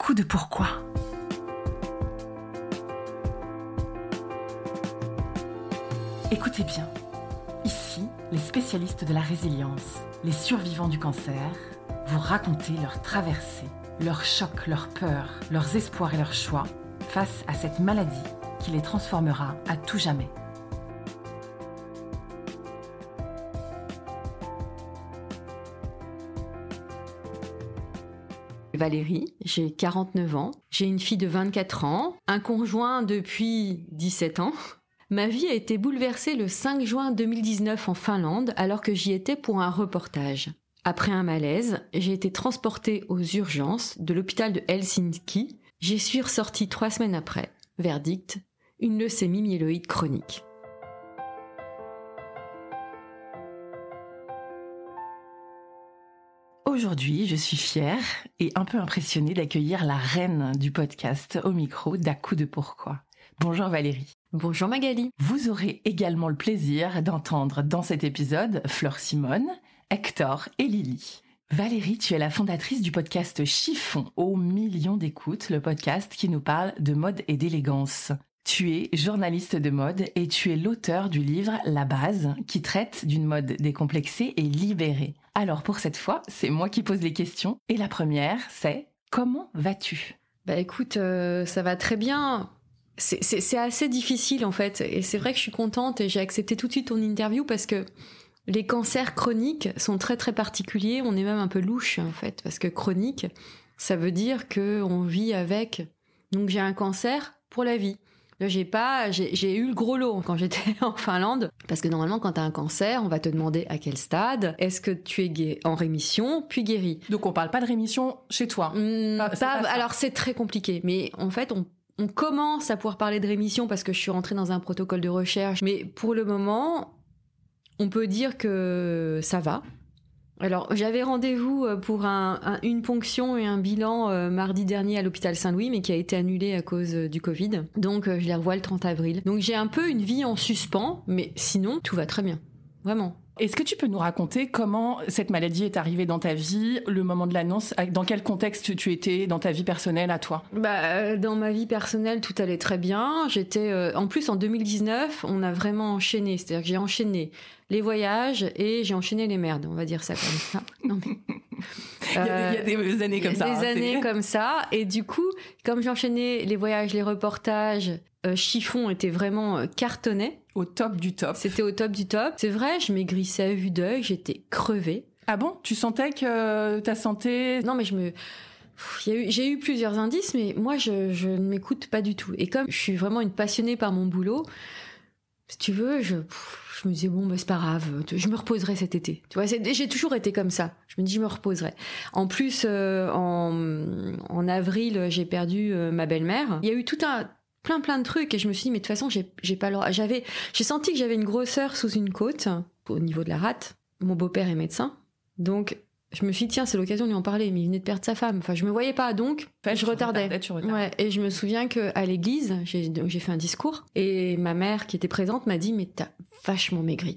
coup de pourquoi. Écoutez bien, ici, les spécialistes de la résilience, les survivants du cancer, vous raconter leur traversée, leurs chocs, leurs peurs, leurs espoirs et leurs choix face à cette maladie qui les transformera à tout jamais. Valérie, j'ai 49 ans, j'ai une fille de 24 ans, un conjoint depuis 17 ans. Ma vie a été bouleversée le 5 juin 2019 en Finlande alors que j'y étais pour un reportage. Après un malaise, j'ai été transportée aux urgences de l'hôpital de Helsinki. J'y suis ressortie 3 semaines après. Verdict, une leucémie myéloïde chronique. Aujourd'hui, je suis fière et un peu impressionnée d'accueillir la reine du podcast au micro d'À coup de pourquoi. Bonjour Valérie. Bonjour Magali. Vous aurez également le plaisir d'entendre dans cet épisode Fleur Simone, Hector et Lily. Valérie, tu es la fondatrice du podcast Chiffon, aux millions d'écoutes, le podcast qui nous parle de mode et d'élégance. Tu es journaliste de mode et tu es l'auteur du livre La Base, qui traite d'une mode décomplexée et libérée. Alors pour cette fois, c'est moi qui pose les questions. Et la première, c'est « Comment vas-tu » ? Écoute, ça va très bien. C'est assez difficile en fait. Et c'est vrai que je suis contente et j'ai accepté tout de suite ton interview parce que les cancers chroniques sont très très particuliers. On est même un peu louche en fait. Parce que chronique, ça veut dire qu'on vit avec. Donc j'ai un cancer pour la vie. Là, j'ai eu le gros lot quand j'étais en Finlande. Parce que normalement, quand t'as un cancer, on va te demander à quel stade. Est-ce que tu es en rémission, puis guéri. Donc on parle pas de rémission chez toi. Alors c'est très compliqué. Mais en fait, on commence à pouvoir parler de rémission parce que je suis rentrée dans un protocole de recherche. Mais pour le moment, on peut dire que ça va. Alors, j'avais rendez-vous pour une ponction et un bilan mardi dernier à l'hôpital Saint-Louis, mais qui a été annulé à cause du Covid. Donc, je les revois le 30 avril. Donc, j'ai un peu une vie en suspens, mais sinon, tout va très bien. Vraiment. Est-ce que tu peux nous raconter comment cette maladie est arrivée dans ta vie, le moment de l'annonce, dans quel contexte tu étais dans ta vie personnelle à toi ? Dans ma vie personnelle, tout allait très bien. J'étais, en plus, en 2019, on a vraiment enchaîné. C'est-à-dire que j'ai enchaîné les voyages et j'ai enchaîné les merdes, on va dire ça comme ça. Non, mais... il y a des années comme ça. Des années comme ça. Et du coup, comme j'ai enchaîné les voyages, les reportages, Chiffon était vraiment cartonné. Au top du top. C'était au top du top. C'est vrai, je maigrissais à vue d'œil, j'étais crevée. Ah bon ? Tu sentais que ta santé... Non, mais j'ai eu plusieurs indices, mais moi, je ne m'écoute pas du tout. Et comme je suis vraiment une passionnée par mon boulot, si tu veux, je me disais, c'est pas grave, je me reposerai cet été. Tu vois, j'ai toujours été comme ça. Je me dis, je me reposerai. En plus, en avril, j'ai perdu ma belle-mère. Il y a eu plein de trucs et je me suis dit, mais de toute façon, j'ai pas le... J'ai senti que j'avais une grosseur sous une côte, au niveau de la rate. Mon beau-père est médecin. Donc, je me suis dit, tiens, c'est l'occasion de lui en parler, mais il venait de perdre sa femme. Enfin, je me voyais pas, donc je retardais. Tu retardais. Ouais, et je me souviens qu'à l'église, j'ai fait un discours, et ma mère, qui était présente, m'a dit, mais t'as vachement maigri.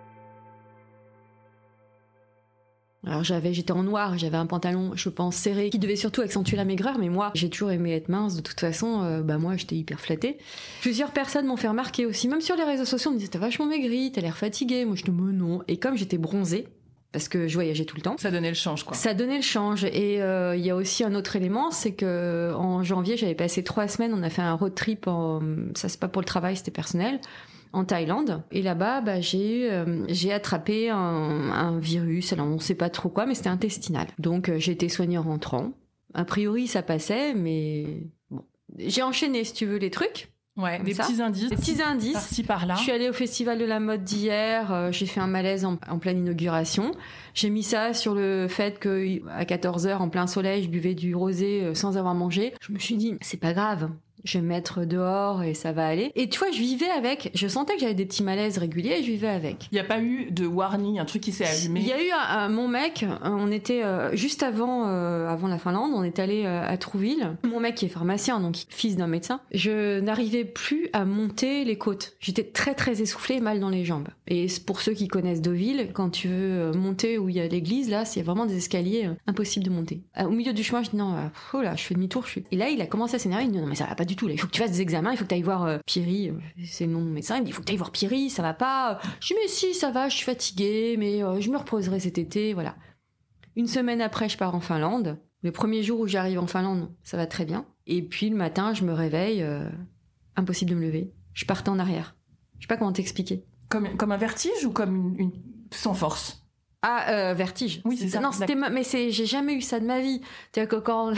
Alors j'étais en noir, j'avais un pantalon, je pense, serré, qui devait surtout accentuer la maigreur, mais moi, j'ai toujours aimé être mince, de toute façon, moi, j'étais hyper flattée. Plusieurs personnes m'ont fait remarquer aussi, même sur les réseaux sociaux, on me disait, t'as vachement maigri, t'as l'air fatiguée. Moi, je te dis, mais non. Et comme j'étais bronzée, parce que je voyageais tout le temps. Ça donnait le change, quoi. Ça donnait le change. Et il y a aussi un autre élément, c'est que en janvier, j'avais passé 3 semaines, on a fait un road trip, ça c'est pas pour le travail, c'était personnel, en Thaïlande. Et là-bas, j'ai attrapé un virus, alors on sait pas trop quoi, mais c'était intestinal. Donc j'ai été soignée en rentrant. A priori, ça passait, mais bon. J'ai enchaîné, si tu veux, les trucs. Ouais, des petits indices. Des petits indices. Par-ci, par-là. Je suis allée au Festival de la mode d'hier, j'ai fait un malaise en pleine inauguration. J'ai mis ça sur le fait que à 14h, en plein soleil, je buvais du rosé sans avoir mangé. Je me suis dit, c'est pas grave. Je vais me mettre dehors et ça va aller. Et tu vois, je vivais avec. Je sentais que j'avais des petits malaises réguliers et je vivais avec. Il n'y a pas eu de warning, un truc qui s'est allumé? Il y a eu mon mec, on était juste avant la Finlande, on est allé à Trouville. Mon mec qui est pharmacien, donc fils d'un médecin. Je n'arrivais plus à monter les côtes. J'étais très très essoufflée, mal dans les jambes. Et pour ceux qui connaissent Deauville, quand tu veux monter où il y a l'église, là, c'est vraiment des escaliers impossibles de monter. Au milieu du chemin, je dis non, oh là, je fais demi-tour. Et là, il a commencé à s'énerver. Il me dit non mais ça va pas du tout. Là, il faut que tu fasses des examens, il faut que tu ailles voir Pierry, c'est le nom de mon médecin. Il me dit il faut que tu ailles voir Pierry, ça va pas. Je dis mais si, ça va, je suis fatiguée, mais je me reposerai cet été, voilà. Une semaine après, je pars en Finlande. Le premier jour où j'arrive en Finlande, ça va très bien. Et puis le matin, je me réveille, impossible de me lever. Je partais en arrière. Je sais pas comment t'expliquer. Comme un vertige ou comme une sans force? Vertige. Oui, c'est ça. Non, j'ai jamais eu ça de ma vie. C'est-à-dire que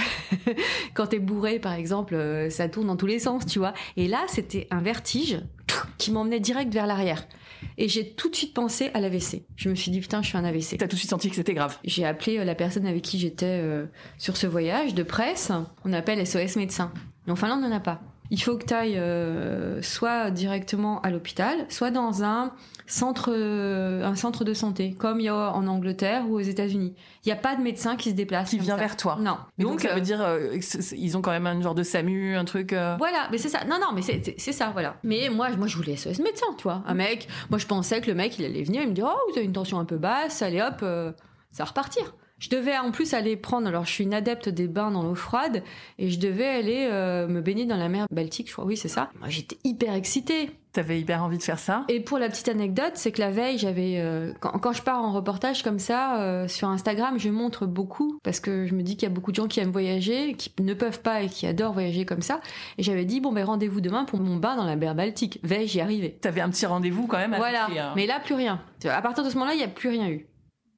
quand t'es bourré, par exemple, ça tourne dans tous les sens, tu vois. Et là, c'était un vertige qui m'emmenait direct vers l'arrière. Et j'ai tout de suite pensé à l'AVC. Je me suis dit, putain, je fais un AVC. T'as tout de suite senti que c'était grave? J'ai appelé la personne avec qui j'étais sur ce voyage de presse. On appelle SOS médecin. Mais en Finlande, on n'en a pas. Il faut que tu ailles soit directement à l'hôpital, soit dans un centre de santé, comme il y a en Angleterre ou aux États-Unis. Il n'y a pas de médecin qui se déplace. Qui vient vers toi. Non. Donc ça veut dire ils ont quand même un genre de SAMU, un truc. Voilà, mais c'est ça. Non, mais c'est ça, voilà. Mais moi, je voulais SOS médecin, tu vois. Un mec, moi je pensais que le mec, il allait venir, il me dit oh, vous avez une tension un peu basse, allez hop, ça va repartir. Je devais en plus aller prendre, alors je suis une adepte des bains dans l'eau froide, et je devais aller me baigner dans la mer Baltique, je crois, oui c'est ça. Moi j'étais hyper excitée. T'avais hyper envie de faire ça? Et pour la petite anecdote, c'est que la veille, j'avais quand je pars en reportage comme ça, sur Instagram, je montre beaucoup, parce que je me dis qu'il y a beaucoup de gens qui aiment voyager, qui ne peuvent pas et qui adorent voyager comme ça, et j'avais dit, bon ben rendez-vous demain pour mon bain dans la mer Baltique. Veille, j'y arrivais. T'avais un petit rendez-vous quand même? Voilà, mais là plus rien. À partir de ce moment-là, il n'y a plus rien eu.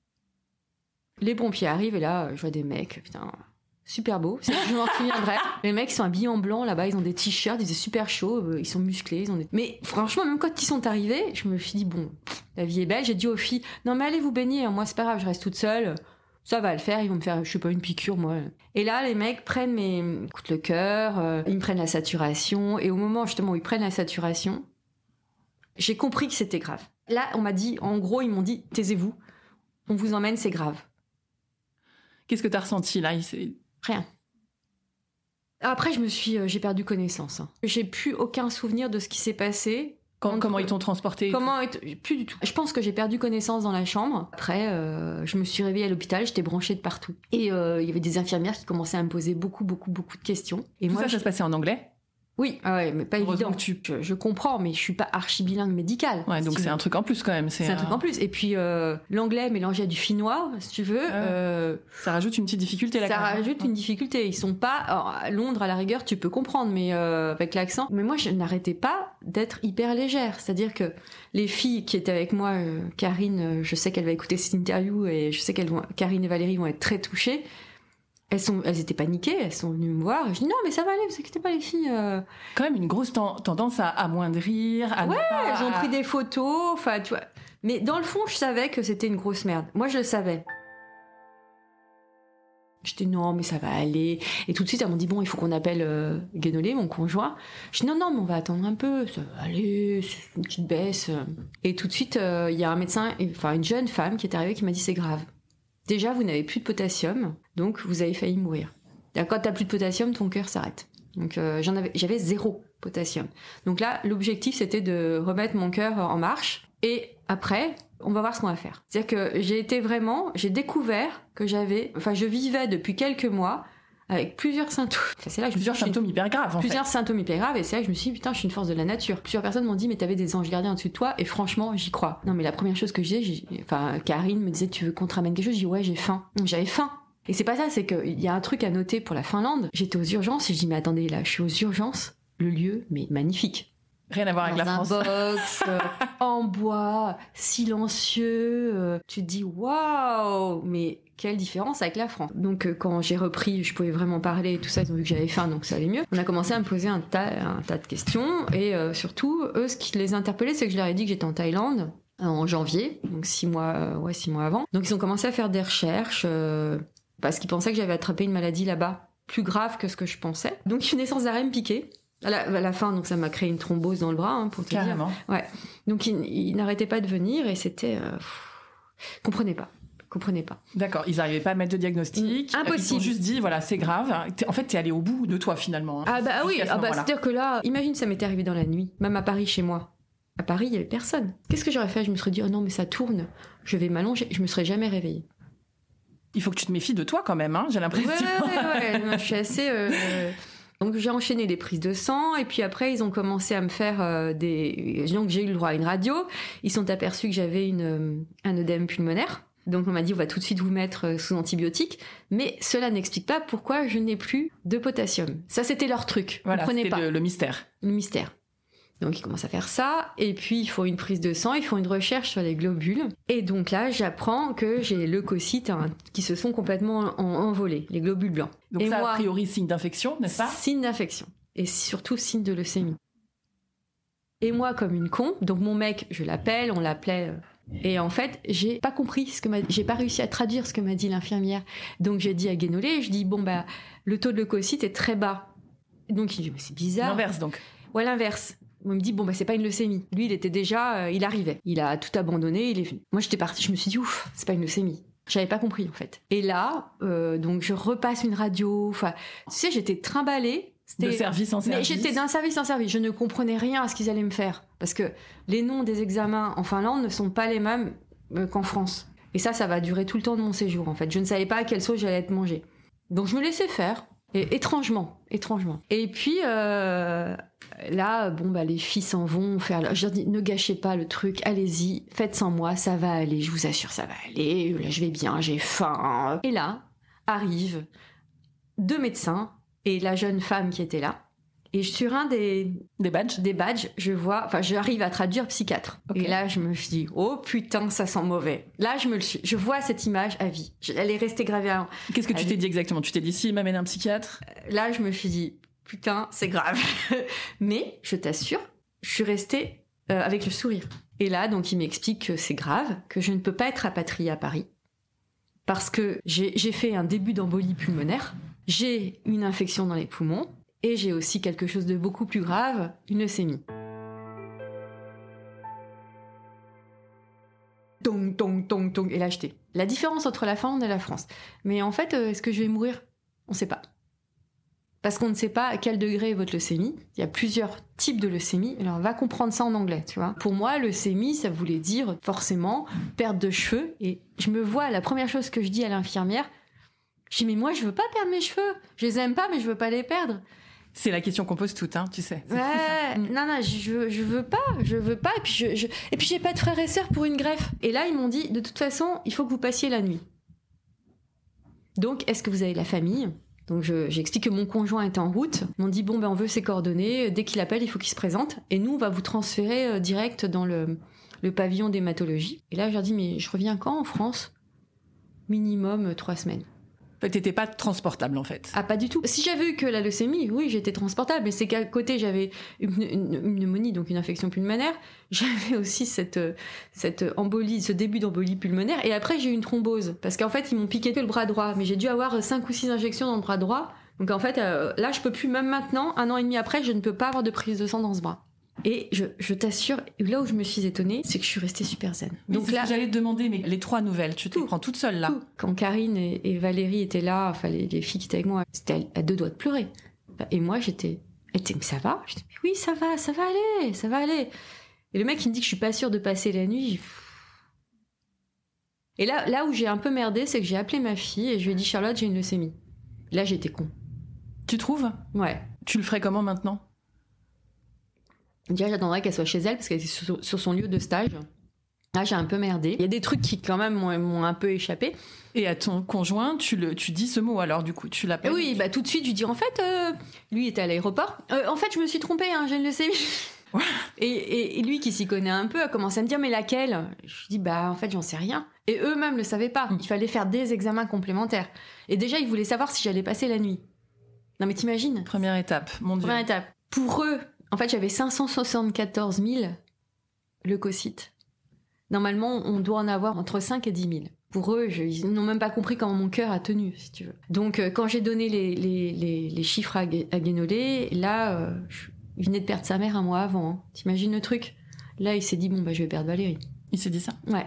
Les pompiers arrivent et là, je vois des mecs, putain, super beaux. Je m'en souviendrai. Les mecs, ils sont habillés en blanc là-bas, ils ont des t-shirts, ils sont super chauds, ils sont musclés. Mais franchement, même quand ils sont arrivés, je me suis dit, bon, la vie est belle. J'ai dit aux filles, non mais allez vous baigner, moi c'est pas grave, je reste toute seule. Ça va le faire, ils vont me faire, je sais pas, une piqûre, moi. Et là, les mecs écoutent le cœur, ils me prennent la saturation. Et au moment justement où ils prennent la saturation, j'ai compris que c'était grave. Là, on m'a dit, en gros, ils m'ont dit, taisez-vous, on vous emmène, c'est grave. Qu'est-ce que t'as ressenti là? Rien. Après, j'ai perdu connaissance. J'ai plus aucun souvenir de ce qui s'est passé. Comment ils t'ont transporté? Plus du tout. Je pense que j'ai perdu connaissance dans la chambre. Après, je me suis réveillée à l'hôpital, j'étais branchée de partout. Et il y avait des infirmières qui commençaient à me poser beaucoup de questions. Et tout moi, ça se passait en anglais? Oui, ouais, mais pas évident. Je comprends, mais je suis pas archi bilingue médicale. Ouais, donc c'est un truc en plus quand même. C'est un truc en plus. Et puis l'anglais mélangé à du finnois, si tu veux. Ça rajoute une petite difficulté là. Ça rajoute une difficulté. Ils sont pas. Alors, à Londres, à la rigueur, tu peux comprendre, mais avec l'accent. Mais moi, je n'arrêtais pas d'être hyper légère. C'est-à-dire que les filles qui étaient avec moi, Karine, je sais qu'elle va écouter cette interview et je sais Karine et Valérie vont être très touchées. Elles étaient paniquées, elles sont venues me voir. Et je dis non, mais ça va aller, vous inquiétez pas les filles. Quand même une grosse tendance à amoindrir. Elles ont pris des photos, enfin tu vois. Mais dans le fond, je savais que c'était une grosse merde. Moi, je le savais. J'étais non, mais ça va aller. Et tout de suite, elles m'ont dit bon, il faut qu'on appelle Guénolé, mon conjoint. Je dis non, mais on va attendre un peu, ça va aller, c'est une petite baisse. Et tout de suite, il y a un médecin, enfin une jeune femme qui est arrivée qui m'a dit c'est grave. Déjà, vous n'avez plus de potassium, donc vous avez failli mourir. Quand t'as plus de potassium, ton cœur s'arrête. Donc j'avais 0 potassium. Donc là, l'objectif, c'était de remettre mon cœur en marche. Et après, on va voir ce qu'on va faire. C'est-à-dire que j'ai découvert que je vivais depuis quelques mois avec plusieurs symptômes. Enfin, c'est là que plusieurs symptômes hyper graves, Plusieurs symptômes hyper graves, et c'est là que je me suis dit, putain, je suis une force de la nature. Plusieurs personnes m'ont dit, mais t'avais des anges gardiens au-dessus de toi, et franchement, j'y crois. Non, mais la première chose que je disais, Karine me disait, tu veux qu'on te ramène quelque chose? Je dis, ouais, j'ai faim. J'avais faim. Et c'est pas ça, c'est qu'il y a un truc à noter pour la Finlande. J'étais aux urgences, et je dis, mais attendez, là, je suis aux urgences, le lieu, mais magnifique. Rien à voir avec la France. Dans un box, en bois, silencieux. Tu te dis, waouh, mais quelle différence avec la France. Donc quand j'ai repris, je pouvais vraiment parler et tout ça, ils ont vu que j'avais faim, donc ça allait mieux. On a commencé à me poser un tas de questions, et surtout, eux, ce qui les interpellait, c'est que je leur ai dit que j'étais en Thaïlande en janvier, donc 6 mois avant. Donc ils ont commencé à faire des recherches, parce qu'ils pensaient que j'avais attrapé une maladie là-bas, plus grave que ce que je pensais. Donc ils venaient sans arrêt me piquer. À la fin, donc ça m'a créé une thrombose dans le bras, hein, pour te Carrément. dire. Ouais. Donc il n'arrêtait pas de venir et c'était... comprenez pas. D'accord, ils n'arrivaient pas à mettre de diagnostic. Impossible. Ils t'ont juste dit, voilà, c'est grave. En fait, t'es allé au bout de toi, finalement. Hein. Ah bah oui, c'est-à-dire que là, imagine, ça m'était arrivé dans la nuit, même à Paris, chez moi. À Paris, il y avait personne. Qu'est-ce que j'aurais fait ? Je me serais dit, oh non, mais ça tourne, je vais m'allonger, je me serais jamais réveillée. Il faut que tu te méfies de toi, quand même, hein, j'ai l'impression. Ouais, moi, je suis assez... Donc j'ai enchaîné les prises de sang et puis après ils ont commencé à me faire donc j'ai eu le droit à une radio. Ils sont aperçus que j'avais un œdème pulmonaire. Donc on m'a dit on va tout de suite vous mettre sous antibiotiques, mais cela n'explique pas pourquoi je n'ai plus de potassium. Ça c'était leur truc. Voilà, comprenez c'était pas. le mystère. Le mystère. Donc ils commencent à faire ça, et puis ils font une prise de sang, ils font une recherche sur les globules. Et donc là, j'apprends que j'ai les leucocytes qui se sont complètement envolés, les globules blancs. Donc et ça, moi, a priori, signe d'infection, n'est-ce pas ? Signe d'infection. Et surtout signe de leucémie. Et moi, comme une con, donc mon mec, je l'appelle, on l'appelait... Et en fait, j'ai pas compris j'ai pas réussi à traduire ce que m'a dit l'infirmière. Donc j'ai dit à Guénolé, je dis, le taux de leucocytes est très bas. Donc il dit, mais c'est bizarre. L'inverse, donc. Ouais, l'inverse. On me dit, c'est pas une leucémie. Lui, il était déjà, il arrivait. Il a tout abandonné, il est venu. Moi, j'étais partie, je me suis dit, ouf, c'est pas une leucémie. J'avais pas compris, en fait. Et là, donc, je repasse une radio. Enfin, tu sais, j'étais trimballée. De service en service. Mais j'étais d'un service en service. Je ne comprenais rien à ce qu'ils allaient me faire. Parce que les noms des examens en Finlande ne sont pas les mêmes qu'en France. Et ça va durer tout le temps de mon séjour, en fait. Je ne savais pas à quelle sauce j'allais être mangée. Donc, je me laissais faire. Et étrangement. Et puis, là, les filles s'en vont faire... Je leur dis, ne gâchez pas le truc, allez-y, faites sans moi, ça va aller, je vous assure, ça va aller, là, je vais bien, j'ai faim. Et là, arrivent 2 médecins et la jeune femme qui était là. Et sur un des badges, j'arrive à traduire psychiatre. Okay. Et là, je me suis dit, oh putain, ça sent mauvais. Là, je vois cette image à vie. Elle est restée gravée à... Qu'est-ce que tu t'es dit exactement ? Tu t'es dit, s'il m'amène un psychiatre ? Là, je me suis dit, putain, c'est grave. Mais, je t'assure, je suis restée avec le sourire. Et là, donc, il m'explique que c'est grave, que je ne peux pas être rapatriée à Paris. Parce que j'ai fait un début d'embolie pulmonaire, j'ai une infection dans les poumons, et j'ai aussi quelque chose de beaucoup plus grave, une leucémie. Tong, tong, tong, tong. Et là, j'étais. La différence entre la Finlande et la France. Mais en fait, est-ce que je vais mourir ? On ne sait pas. Parce qu'on ne sait pas à quel degré est votre leucémie. Il y a plusieurs types de leucémie. Alors, on va comprendre ça en anglais, tu vois. Pour moi, leucémie, ça voulait dire forcément perte de cheveux. Et je me vois, la première chose que je dis à l'infirmière, je dis, mais moi, je veux pas perdre mes cheveux. Je les aime pas, mais je veux pas les perdre. C'est la question qu'on pose toutes, hein, tu sais. Ouais, non, je veux pas. Et puis j'ai pas de frères et sœurs pour une greffe. Et là, ils m'ont dit, de toute façon, il faut que vous passiez la nuit. Donc, est-ce que vous avez la famille ? Donc, j'explique que mon conjoint est en route. Ils m'ont dit, on veut ses coordonnées. Dès qu'il appelle, il faut qu'il se présente. Et nous, on va vous transférer direct dans le pavillon d'hématologie. Et là, je leur dis, mais je reviens quand en France ? Minimum 3 semaines. T'étais pas transportable, en fait. Ah, pas du tout. Si j'avais eu que la leucémie, oui, j'étais transportable. Mais c'est qu'à côté, j'avais une pneumonie, donc une infection pulmonaire. J'avais aussi cette embolie, ce début d'embolie pulmonaire. Et après, j'ai eu une thrombose. Parce qu'en fait, ils m'ont piqué que le bras droit. Mais j'ai dû avoir 5 ou 6 injections dans le bras droit. Donc en fait, là, je peux plus, même maintenant, 1 an et demi après, je ne peux pas avoir de prise de sang dans ce bras. Et je t'assure, là où je me suis étonnée, c'est que je suis restée super zen. Donc là, j'allais te demander, mais les 3 nouvelles, tu te les prends toute seule là ? Tout. Quand Karine et Valérie étaient là, enfin les filles qui étaient avec moi, c'était à 2 doigts de pleurer. Et moi, j'étais, mais ça va ? Je dis, mais oui, ça va aller. Et le mec, il me dit que je suis pas sûre de passer la nuit. Et là où j'ai un peu merdé, c'est que j'ai appelé ma fille et je lui ai dit, Charlotte, j'ai une leucémie. Là, j'étais con. Tu trouves ? Ouais. Tu le ferais comment maintenant ? Déjà, j'attendrais qu'elle soit chez elle parce qu'elle était sur son lieu de stage. Là, j'ai un peu merdé. Il y a des trucs qui, quand même, m'ont un peu échappé. Et à ton conjoint, tu dis ce mot, alors, du coup, tu l'appelles ? Oui, tout de suite, je lui dis, en fait, lui était à l'aéroport. En fait, je me suis trompée, j'ai une leucémie. Et lui, qui s'y connaît un peu, a commencé à me dire, mais laquelle ? Je lui dis, en fait, j'en sais rien. Et eux-mêmes le savaient pas. Il fallait faire des examens complémentaires. Et déjà, ils voulaient savoir si j'allais passer la nuit. Non, mais t'imagines ? Première étape, mon Dieu. Première étape. Pour eux, en fait, j'avais 574 000 leucocytes. Normalement, on doit en avoir entre 5 et 10 000. Pour eux, ils n'ont même pas compris comment mon cœur a tenu, si tu veux. Donc, quand j'ai donné les chiffres à Guénolé, là, il venait de perdre sa mère un mois avant. Hein. T'imagines le truc ? Là, il s'est dit, bon, je vais perdre Valérie. Il s'est dit ça ? Ouais.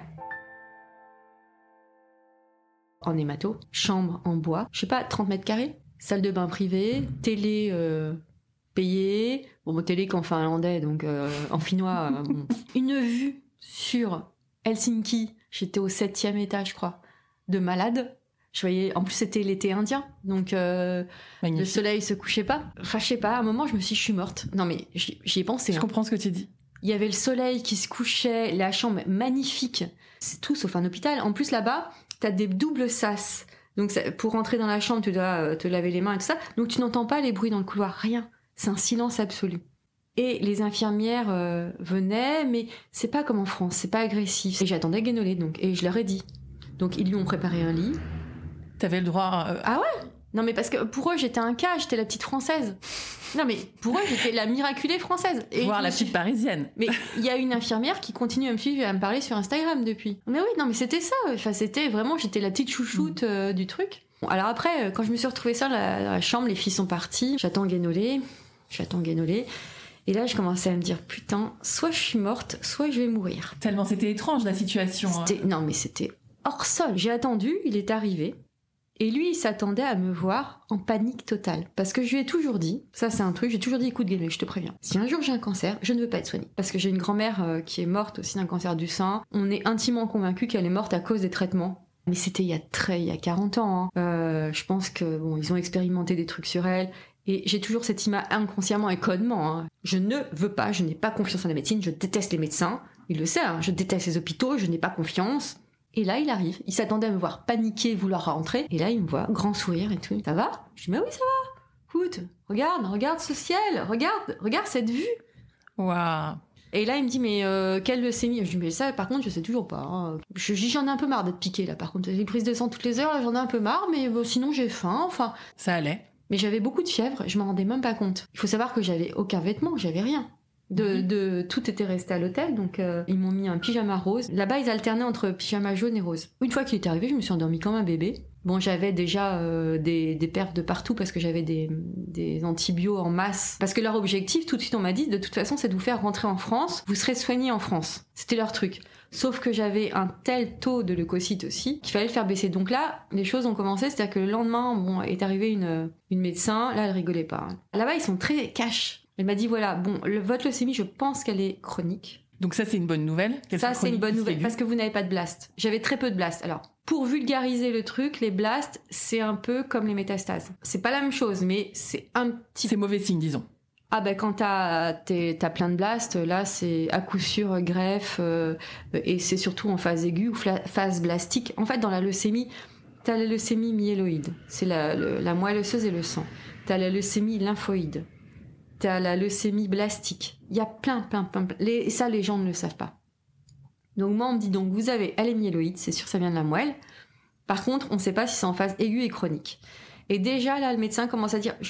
En hémato, chambre en bois, je sais pas, 30 mètres carrés, salle de bain privée, télé payée, télé qu'en finlandais, donc en finnois, bon. Une vue sur Helsinki, j'étais au 7e étage, je crois, de malade. Je voyais, en plus c'était l'été indien, donc le soleil se couchait pas. Enfin, je sais pas, à un moment, je me suis dit, je suis morte. Non mais j'y ai pensé. Je comprends ce que tu dis. Il y avait le soleil qui se couchait, la chambre magnifique. C'est tout sauf un hôpital. En plus, là-bas, t'as des doubles sas. Donc, pour rentrer dans la chambre, tu dois te laver les mains et tout ça. Donc, tu n'entends pas les bruits dans le couloir. Rien. C'est un silence absolu. Et les infirmières venaient, mais c'est pas comme en France. C'est pas agressif. Et j'attendais Guénolé, donc. Et je leur ai dit. Donc, ils lui ont préparé un lit. T'avais le droit... Ah ouais ? Non, mais parce que pour eux, j'étais un cas. J'étais la petite française. Non, mais pour eux, j'étais la miraculée française. Et voir la petite parisienne. Mais il y a une infirmière qui continue à me suivre et à me parler sur Instagram depuis. Mais oui, non, mais c'était ça. Enfin, c'était vraiment, j'étais la petite chouchoute du truc. Bon, alors après, quand je me suis retrouvée seule dans la chambre, les filles sont parties. J'attends Guénolé. Et là, je commençais à me dire, putain, soit je suis morte, soit je vais mourir. Tellement c'était étrange, la situation. Non, mais c'était hors sol. J'ai attendu, il est arrivé. Et lui, il s'attendait à me voir en panique totale. Parce que je lui ai toujours dit, ça c'est un truc, j'ai toujours dit, écoute Guénolé, je te préviens, si un jour j'ai un cancer, je ne veux pas être soignée. Parce que j'ai une grand-mère qui est morte aussi d'un cancer du sein. On est intimement convaincus qu'elle est morte à cause des traitements. Mais c'était il y a 40 ans. Hein. Je pense que ils ont expérimenté des trucs sur elle. Et j'ai toujours cette image inconsciemment et codement. Hein. Je ne veux pas, je n'ai pas confiance en la médecine, je déteste les médecins. Il le sait, hein, je déteste les hôpitaux, je n'ai pas confiance. Et là, il arrive. Il s'attendait à me voir paniquer, vouloir rentrer. Et là, il me voit, grand sourire et tout. Ça va ? Je dis, mais oui, ça va. Écoute, regarde ce ciel. Regarde cette vue. Waouh. Et là, il me dit, mais quelle leucémie ? Je dis, mais ça, par contre, je sais toujours pas. Hein. J'en ai un peu marre d'être piquée, là. Par contre, les prises de sang toutes les heures, là, j'en ai un peu marre. Mais sinon, j'ai faim. Enfin. Ça allait. Mais j'avais beaucoup de fièvre. Je m'en rendais même pas compte. Il faut savoir que j'avais aucun vêtement. J'avais rien. Tout était resté à l'hôtel, donc ils m'ont mis un pyjama rose. Là-bas, ils alternaient entre pyjama jaune et rose. Une fois qu'il est arrivé, je me suis endormie comme un bébé. Bon, j'avais déjà des perfs de partout parce que j'avais des antibiotiques en masse. Parce que leur objectif, tout de suite, on m'a dit, de toute façon, c'est de vous faire rentrer en France. Vous serez soigné en France. C'était leur truc. Sauf que j'avais un tel taux de leucocytes aussi qu'il fallait le faire baisser. Donc là, les choses ont commencé. C'est-à-dire que le lendemain, est arrivée une médecin. Là, elle rigolait pas. Hein. Là-bas, ils sont très cash. Elle m'a dit, voilà, votre leucémie, je pense qu'elle est chronique. Donc ça, c'est une bonne nouvelle. Ça, c'est une bonne nouvelle, parce que vous n'avez pas de blast. J'avais très peu de blast. Alors, pour vulgariser le truc, les blasts, c'est un peu comme les métastases. C'est pas la même chose, mais c'est un petit... C'est mauvais signe, disons. Ah ben, quand t'as plein de blasts, là, c'est à coup sûr greffe, et c'est surtout en phase aiguë ou phase blastique. En fait, dans la leucémie, t'as la leucémie myéloïde. C'est la moelle osseuse et le sang. T'as la leucémie lymphoïde. T'as la leucémie blastique. Il y a plein. Ça, les gens ne le savent pas. Donc moi, on me dit, donc vous avez, elle est myéloïde, c'est sûr, ça vient de la moelle. Par contre, on ne sait pas si c'est en phase aiguë et chronique. Et déjà, là, le médecin commence à dire,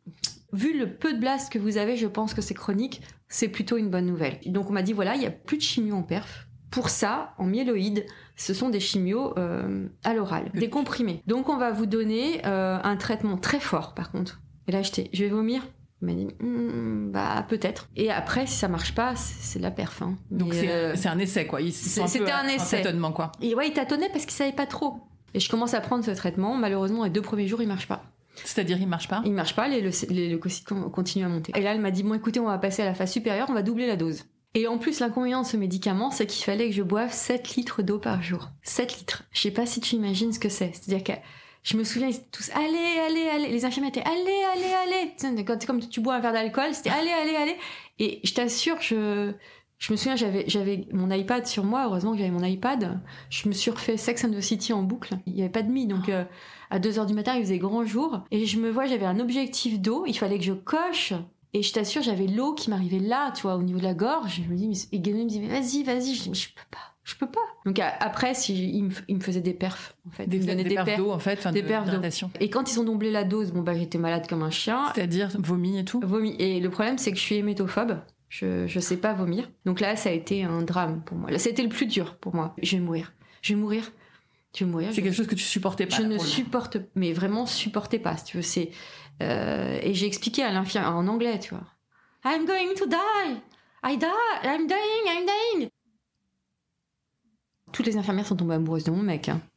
vu le peu de blast que vous avez, je pense que c'est chronique, c'est plutôt une bonne nouvelle. Donc on m'a dit, voilà, il n'y a plus de chimio en perf. Pour ça, en myéloïde, ce sont des chimios à l'oral, des comprimés. Donc on va vous donner un traitement très fort, par contre. Et là, je vais vomir. Il m'a dit, peut-être. Et après, si ça marche pas, c'est de la perf. Hein. Donc c'est un essai, quoi. C'était un essai. Un tâtonnement, quoi. Et ouais, il tâtonnait parce qu'il savait pas trop. Et je commence à prendre ce traitement. Malheureusement, les 2 premiers jours, il marche pas. C'est-à-dire, il marche pas ? Il marche pas, les leucocytes continuent à monter. Et là, elle m'a dit, bon, écoutez, on va passer à la phase supérieure, on va doubler la dose. Et en plus, l'inconvénient de ce médicament, c'est qu'il fallait que je boive 7 litres d'eau par jour. 7 litres. Je sais pas si tu imagines ce que c'est. C'est-à-dire que je me souviens, ils étaient tous, allez. Les infirmières étaient, allez. Comme tu bois un verre d'alcool, c'était allez. Et je t'assure, je me souviens, j'avais mon iPad sur moi. Heureusement que j'avais mon iPad. Je me suis refait Sex and the City en boucle. Il y avait pas de nuit, donc à 2h du matin, il faisait grand jour. Et je me vois, j'avais un objectif d'eau. Il fallait que je coche. Et je t'assure, j'avais l'eau qui m'arrivait là, tu vois, au niveau de la gorge. Je me dis, et Guénolé me dit, mais vas-y. Je dis, mais je peux pas. Donc après, il me faisait des perfs, en fait. Des perfs d'eau, en fait, des perfs d'eau. Et quand ils ont doublé la dose, j'étais malade comme un chien. C'est-à-dire vomi et tout. Vomi. Et le problème, c'est que je suis hémétophobe. Je sais pas vomir. Donc là, ça a été un drame pour moi. Là, ça a été le plus dur pour moi. Je vais mourir. Tu veux mourir. C'est quelque chose que tu supportais pas. Je ne supporte, mais vraiment supportais pas, si tu veux. Et j'ai expliqué à l'infirmière en anglais, tu vois. I'm going to die. I'm dying. Toutes les infirmières sont tombées amoureuses de mon mec. Hein.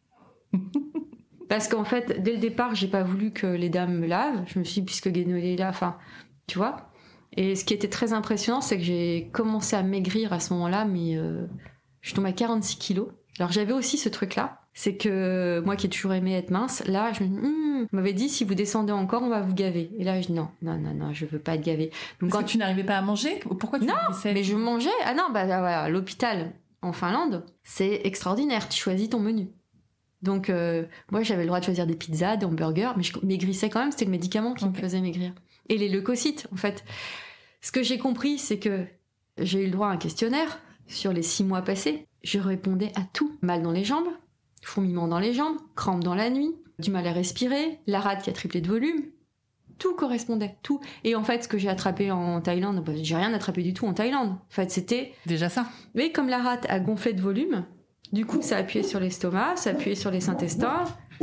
Parce qu'en fait, dès le départ, j'ai pas voulu que les dames me lavent. Je me suis dit, puisque Guénolé est là, enfin, tu vois. Et ce qui était très impressionnant, c'est que j'ai commencé à maigrir à ce moment-là, mais je suis tombée à 46 kilos. Alors j'avais aussi ce truc-là, c'est que moi qui ai toujours aimé être mince, là je on m'avait dit si vous descendez encore, on va vous gaver. Et là je dis non, je veux pas être gavée. Donc quand tu n'arrivais pas à manger, pourquoi tu maigrissais ? Mais je mangeais. Ah non, voilà, l'hôpital en Finlande, c'est extraordinaire. Tu choisis ton menu. Donc moi j'avais le droit de choisir des pizzas, des hamburgers, mais je maigrissais quand même. C'était le médicament qui me faisait maigrir. Et les leucocytes, en fait. Ce que j'ai compris, c'est que j'ai eu le droit à un questionnaire sur les 6 mois passés. Je répondais à tout. Mal dans les jambes, fourmillement dans les jambes, crampes dans la nuit, du mal à respirer, la rate qui a triplé de volume. Tout correspondait, tout. Et en fait, ce que j'ai attrapé en Thaïlande, j'ai rien attrapé du tout en Thaïlande. En fait, c'était... Déjà ça. Mais comme la rate a gonflé de volume, du coup, ça a appuyé sur l'estomac, ça a appuyé sur les intestins.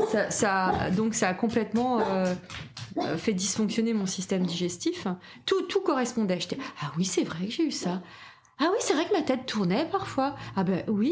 Donc ça a complètement fait dysfonctionner mon système digestif. Tout correspondait. J'étais, ah oui, c'est vrai que j'ai eu ça. Ah oui, c'est vrai que ma tête tournait parfois. Ah ben oui.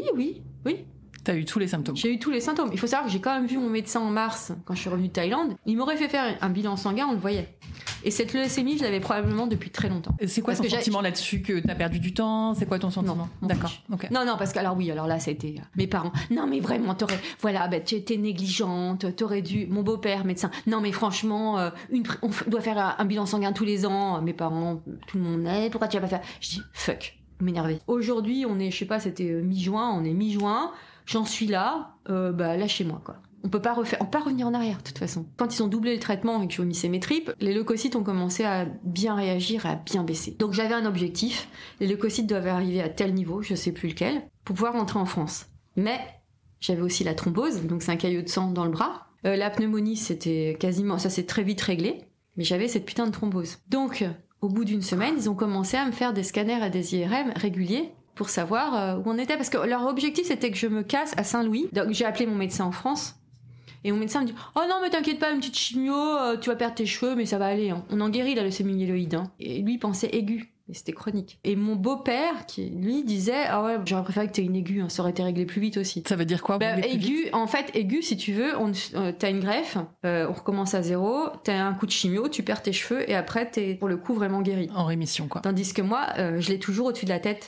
T'as eu tous les symptômes. J'ai eu tous les symptômes. Il faut savoir que j'ai quand même vu mon médecin en mars, quand je suis revenue de Thaïlande. Il m'aurait fait faire un bilan sanguin, on le voyait. Et cette leucémie, je l'avais probablement depuis très longtemps. Et c'est quoi ton sentiment là-dessus, que t'as perdu du temps ? C'est quoi ton sentiment ? Non, d'accord. Okay. Non, parce que alors là, ça a été mes parents. Non, mais vraiment, tu étais négligente, t'aurais dû. Mon beau-père, médecin. Non, mais franchement, on doit faire un bilan sanguin tous les ans. Mes parents, tout le monde est. Pourquoi tu vas pas faire ? Je dis fuck, m'énerver. Aujourd'hui, on est, je sais pas, c'était mi-juin. On est mi-juin. J'en suis là. Lâchez-moi quoi. On peut pas revenir en arrière, de toute façon. Quand ils ont doublé le traitement et que je vomissais mes tripes, les leucocytes ont commencé à bien réagir et à bien baisser. Donc j'avais un objectif. Les leucocytes doivent arriver à tel niveau, je sais plus lequel, pour pouvoir rentrer en France. Mais j'avais aussi la thrombose, donc c'est un caillot de sang dans le bras. La pneumonie, c'était quasiment, ça s'est très vite réglé. Mais j'avais cette putain de thrombose. Donc, au bout d'une semaine, ils ont commencé à me faire des scanners et des IRM réguliers pour savoir où on était. Parce que leur objectif, c'était que je me casse à Saint-Louis. Donc j'ai appelé mon médecin en France. Et mon médecin me dit « Oh non, mais t'inquiète pas, une petite chimio, tu vas perdre tes cheveux, mais ça va aller. Hein. On en guérit la leucémie myéloïde. Hein. » Et lui, il pensait aigu. Et c'était chronique. Et mon beau-père, qui lui disait « Ah ouais, j'aurais préféré que t'aies une aiguë, hein, ça aurait été réglé plus vite aussi. » Ça veut dire quoi aigu, en fait, aigu, si tu veux, t'as une greffe, on recommence à zéro, t'as un coup de chimio, tu perds tes cheveux, et après, t'es pour le coup vraiment guéri. En rémission, quoi. Tandis que moi, je l'ai toujours au-dessus de la tête.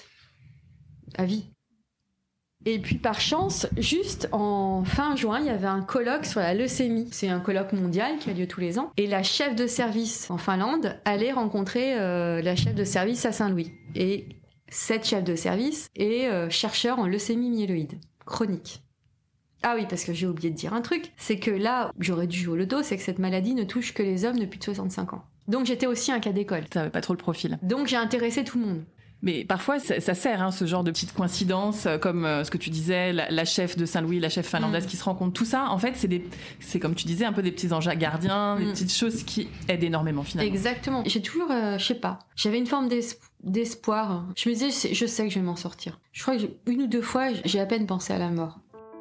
À vie. Et puis par chance, juste en fin juin, il y avait un colloque sur la leucémie. C'est un colloque mondial qui a lieu tous les ans. Et la chef de service en Finlande allait rencontrer la chef de service à Saint-Louis. Et cette chef de service est chercheur en leucémie myéloïde chronique. Ah oui, parce que j'ai oublié de dire un truc, c'est que là, j'aurais dû jouer au loto, c'est que cette maladie ne touche que les hommes depuis 65 ans. Donc j'étais aussi un cas d'école. T'avais pas trop le profil. Donc j'ai intéressé tout le monde. Mais parfois, ça sert, hein, ce genre de petites coïncidences, comme ce que tu disais, la chef de Saint-Louis, la chef finlandaise qui se rencontrent, tout ça, en fait, c'est comme tu disais, un peu des petits anges gardiens, des petites choses qui aident énormément, finalement. Exactement. J'ai toujours, je sais pas, j'avais une forme d'espoir. Je me disais, je sais que je vais m'en sortir. Je crois que une ou deux fois, j'ai à peine pensé à la mort.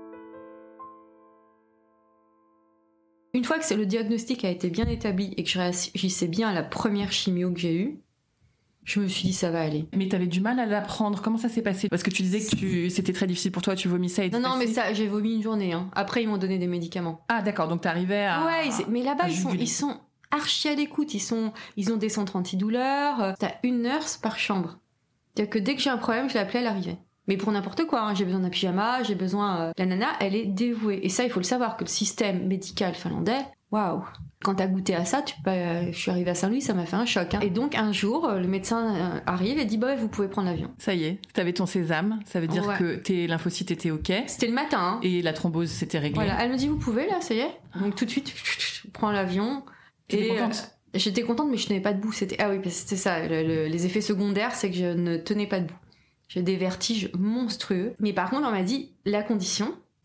Une fois que le diagnostic a été bien établi et que je réagissais bien à la première chimio que j'ai eue, je me suis dit ça va aller. Mais t'avais du mal à l'apprendre. Comment ça s'est passé ? Parce que tu disais que c'était très difficile pour toi, tu vomissais. Non, mais ça, j'ai vomi une journée. Hein. Après, ils m'ont donné des médicaments. Ah d'accord, donc t'arrivais à... Ouais, mais là-bas, ils sont archi à l'écoute. Ils ont des centres antidouleurs. T'as une nurse par chambre. C'est-à-dire que dès que j'ai un problème, je l'appelais, elle arrivait. Mais pour n'importe quoi, hein. J'ai besoin d'un pyjama, j'ai besoin... La nana, elle est dévouée. Et ça, il faut le savoir, que le système médical finlandais, waouh. Quand t'as goûté à ça, je suis arrivée à Saint-Louis, ça m'a fait un choc. Hein. Et donc un jour, le médecin arrive et dit vous pouvez prendre l'avion. Ça y est, t'avais ton sésame, ça veut dire que tes lymphocytes étaient ok. C'était le matin. Hein. Et la thrombose s'était réglée. Voilà, elle me dit vous pouvez là, ça y est. Donc tout de suite, je prends l'avion. T'étais contente ? J'étais contente, mais je tenais pas debout. Ah oui, parce que c'était ça. Les effets secondaires, c'est que je ne tenais pas debout. J'ai des vertiges monstrueux. Mais par contre, on m'a dit la condition, vous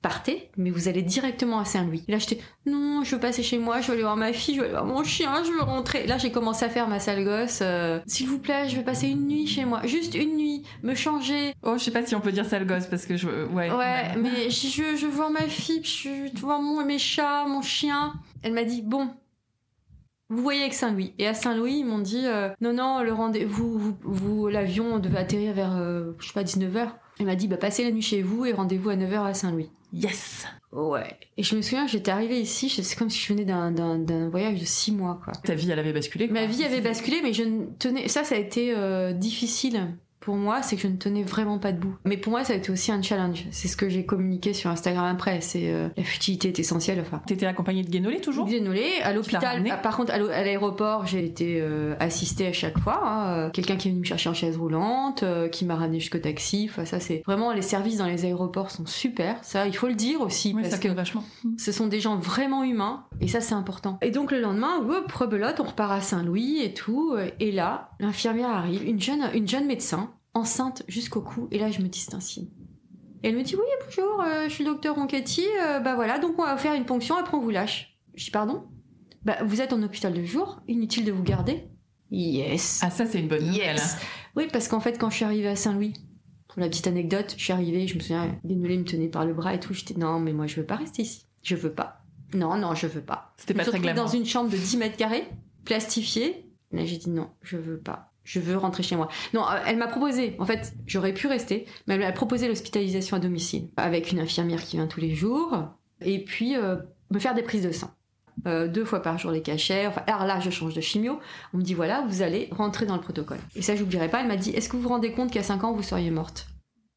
partez, mais vous allez directement à Saint-Louis. Et là, j'étais, non, je veux passer chez moi, je veux aller voir ma fille, je veux aller voir mon chien, je veux rentrer. Là, j'ai commencé à faire ma sale gosse. S'il vous plaît, je vais passer une nuit chez moi, juste une nuit, me changer. Oh, je sais pas si on peut dire sale gosse parce que Ouais, mais je veux voir ma fille, je veux voir mes chats, mon chien. Elle m'a dit, bon, vous voyez avec Saint-Louis. Et à Saint-Louis, ils m'ont dit, non, le rendez-vous, l'avion devait atterrir vers, 19h. Elle m'a dit, passez la nuit chez vous et rendez-vous à 9h à Saint-Louis. Yes. Ouais. Et je me souviens, j'étais arrivée ici, c'est comme si je venais d'un voyage de 6 mois, quoi. Ta vie, elle avait basculé, quoi. Ma vie avait basculé, mais je ne tenais... Ça a été difficile pour moi, c'est que je ne tenais vraiment pas debout. Mais pour moi, ça a été aussi un challenge. C'est ce que j'ai communiqué sur Instagram après. C'est la futilité est essentielle. Enfin. T'étais accompagnée de Guénolé toujours ? Guénolé, à l'hôpital. Par contre, à l'aéroport, j'ai été assistée à chaque fois. Hein. Quelqu'un qui est venu me chercher en chaise roulante, qui m'a ramené jusqu'au taxi. Enfin, ça, c'est vraiment les services dans les aéroports sont super. Ça, il faut le dire aussi, parce que vachement. Ce sont des gens vraiment humains, et ça, c'est important. Et donc le lendemain, rebelote, on repart à Saint-Louis et tout. Et là, l'infirmière arrive, une jeune médecin. Enceinte jusqu'au cou, et là je me dis c'est un signe. Et elle me dit oui bonjour, je suis le docteur Ronchetti, voilà, donc on va faire une ponction, après on vous lâche. Je dis pardon ? Vous êtes en hôpital de jour, inutile de vous garder. Yes. Ah ça c'est une bonne nouvelle. Yes. Oui, parce qu'en fait quand je suis arrivée à Saint-Louis, pour la petite anecdote, je suis arrivée, je me souviens, Guénolé me tenait par le bras et tout, j'étais non mais moi je veux pas rester ici, je veux pas. Non je veux pas. C'était pas très glamour. Dans une chambre de 10 mètres carrés, plastifiée, là j'ai dit non, je veux pas. Je veux rentrer chez moi. Non, elle m'a proposé, en fait, j'aurais pu rester, mais elle m'a proposé l'hospitalisation à domicile, avec une infirmière qui vient tous les jours, et puis me faire des prises de sang. 2 fois par jour les cachets, alors là je change de chimio, on me dit voilà, vous allez rentrer dans le protocole. Et ça j'oublierai pas, elle m'a dit, est-ce que vous vous rendez compte qu'à 5 ans vous seriez morte ?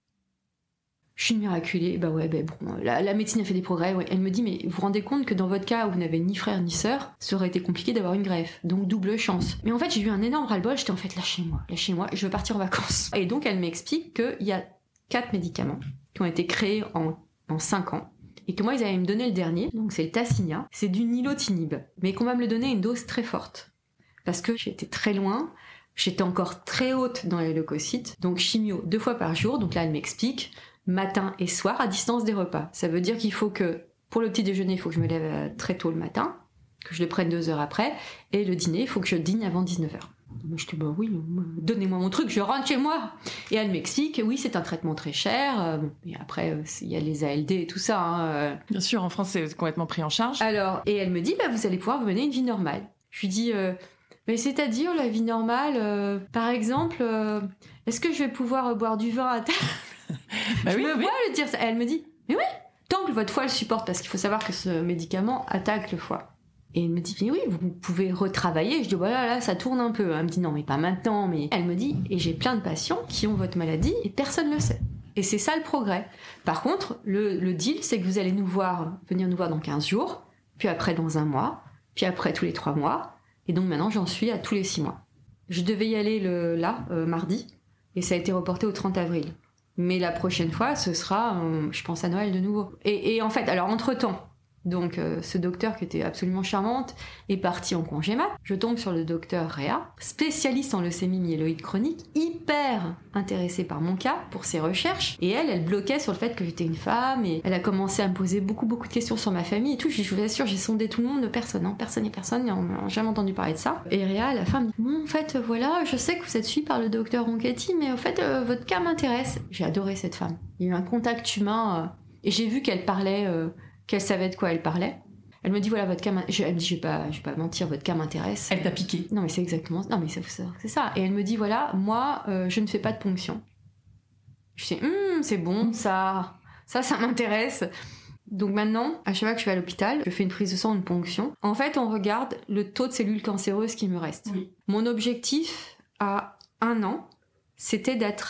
Je suis une miraculée, bon, la médecine a fait des progrès, ouais. Elle me dit, mais vous vous rendez compte que dans votre cas où vous n'avez ni frère ni sœur, ça aurait été compliqué d'avoir une greffe, donc double chance. Mais en fait, j'ai eu un énorme ras-le-bol, j'étais en fait, lâchez-moi, je veux partir en vacances. Et donc, elle m'explique qu'il y a 4 médicaments qui ont été créés en 5 ans, et que moi, ils allaient me donner le dernier, donc c'est le Tasigna, c'est du nilotinib, mais qu'on va me le donner à une dose très forte. Parce que j'étais très loin, j'étais encore très haute dans les leucocytes, donc chimio 2 fois par jour, donc là, elle m'explique, matin et soir à distance des repas. Ça veut dire qu'il faut que, pour le petit déjeuner, il faut que je me lève très tôt le matin, que je le prenne 2 heures après, et le dîner, il faut que je dîne avant 19h. Moi, je dis, oui, donnez-moi mon truc, je rentre chez moi. Et elle m'explique, oui, c'est un traitement très cher, et après, il y a les ALD et tout ça. Hein. Bien sûr, en France, c'est complètement pris en charge. Alors, et elle me dit, vous allez pouvoir vous mener une vie normale. Je lui dis, mais c'est-à-dire, la vie normale, par exemple, est-ce que je vais pouvoir boire du vin à table ? Je me vois le dire ça. Elle me dit, mais oui, tant que votre foie le supporte, parce qu'il faut savoir que ce médicament attaque le foie. Et elle me dit, mais oui, vous pouvez retravailler. Je dis, voilà, là, ça tourne un peu. Elle me dit, non, mais pas maintenant. Mais elle me dit, et j'ai plein de patients qui ont votre maladie et personne ne le sait. Et c'est ça le progrès. Par contre, le deal, c'est que vous allez venir nous voir dans 15 jours, puis après dans 1 mois, puis après tous les 3 mois. Et donc maintenant, j'en suis à tous les 6 mois. Je devais y aller mardi, et ça a été reporté au 30 avril. Mais la prochaine fois, ce sera, je pense, à Noël de nouveau. Et en fait, alors entre-temps, donc ce docteur qui était absolument charmante est parti en congé mat. Je tombe sur le docteur Réa, spécialiste en leucémie myéloïde chronique, hyper intéressée par mon cas pour ses recherches. Et elle bloquait sur le fait que j'étais une femme, et elle a commencé à me poser beaucoup de questions sur ma famille et tout. Je vous assure, j'ai sondé tout le monde, personne, on n'a jamais entendu parler de ça. Et Réa, à la fin, me dit, bon, en fait, voilà, je sais que vous êtes suivi par le docteur Ronchetti, mais en fait, votre cas m'intéresse. J'ai adoré cette femme. Il y a eu un contact humain, et j'ai vu qu'elle parlait... qu'elle savait de quoi elle parlait. Elle me dit, voilà, votre cas m'intéresse. Elle me dit, je vais pas mentir, votre cas m'intéresse. Elle t'a piqué. Non, mais c'est exactement... Non, mais c'est ça. Et elle me dit, voilà, moi, je ne fais pas de ponction. Je dis, c'est bon, ça m'intéresse. Donc maintenant, à chaque fois que je vais à l'hôpital, je fais une prise de sang, une ponction. En fait, on regarde le taux de cellules cancéreuses qui me reste. Oui. Mon objectif, à 1 an, c'était d'être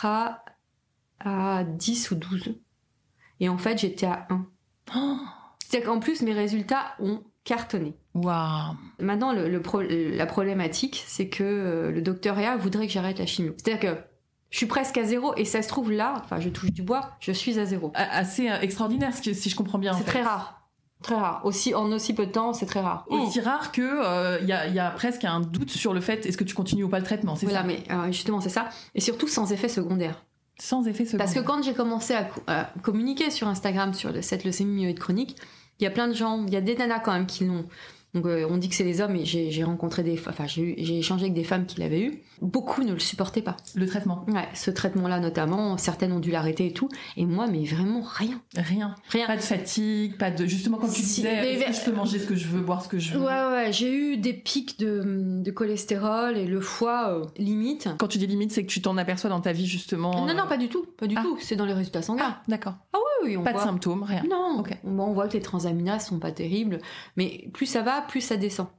à 10 ou 12. Et en fait, j'étais à 1. Oh. C'est-à-dire qu'en plus, mes résultats ont cartonné. Waouh. Maintenant, la problématique, c'est que le docteur Réa voudrait que j'arrête la chimio. C'est-à-dire que je suis presque à 0, et ça se trouve là, enfin je touche du bois, je suis à 0. Assez extraordinaire, si je comprends bien. C'est très rare. Très rare. En aussi peu de temps, c'est très rare. Aussi rare que y a presque un doute sur le fait, est-ce que tu continues ou pas le traitement, c'est voilà, ça ? Mais justement, c'est ça. Et surtout sans effet secondaire. Sans effet secondaire. Parce que quand j'ai commencé à communiquer sur Instagram sur cette leucémie myéloïde chronique, il y a plein de gens, il y a des nanas quand même qui l'ont. Donc on dit que c'est les hommes, et j'ai rencontré j'ai échangé avec des femmes qui l'avaient eu. Beaucoup ne le supportaient pas. Le traitement. Ouais, ce traitement-là notamment, certaines ont dû l'arrêter et tout. Et moi, mais vraiment rien. Pas de fatigue, pas de... Justement, quand tu disais, est-ce que je peux manger ce que je veux, boire ce que je veux. Ouais, j'ai eu des pics de cholestérol et le foie limite. Quand tu dis limite, c'est que tu t'en aperçois dans ta vie, justement. Non, pas du tout. C'est dans les résultats sanguins. Ah, d'accord. Ah oui, on pas voit... de symptômes, rien. Non, okay. On voit que les transaminases sont pas terribles, mais plus ça va, plus ça descend.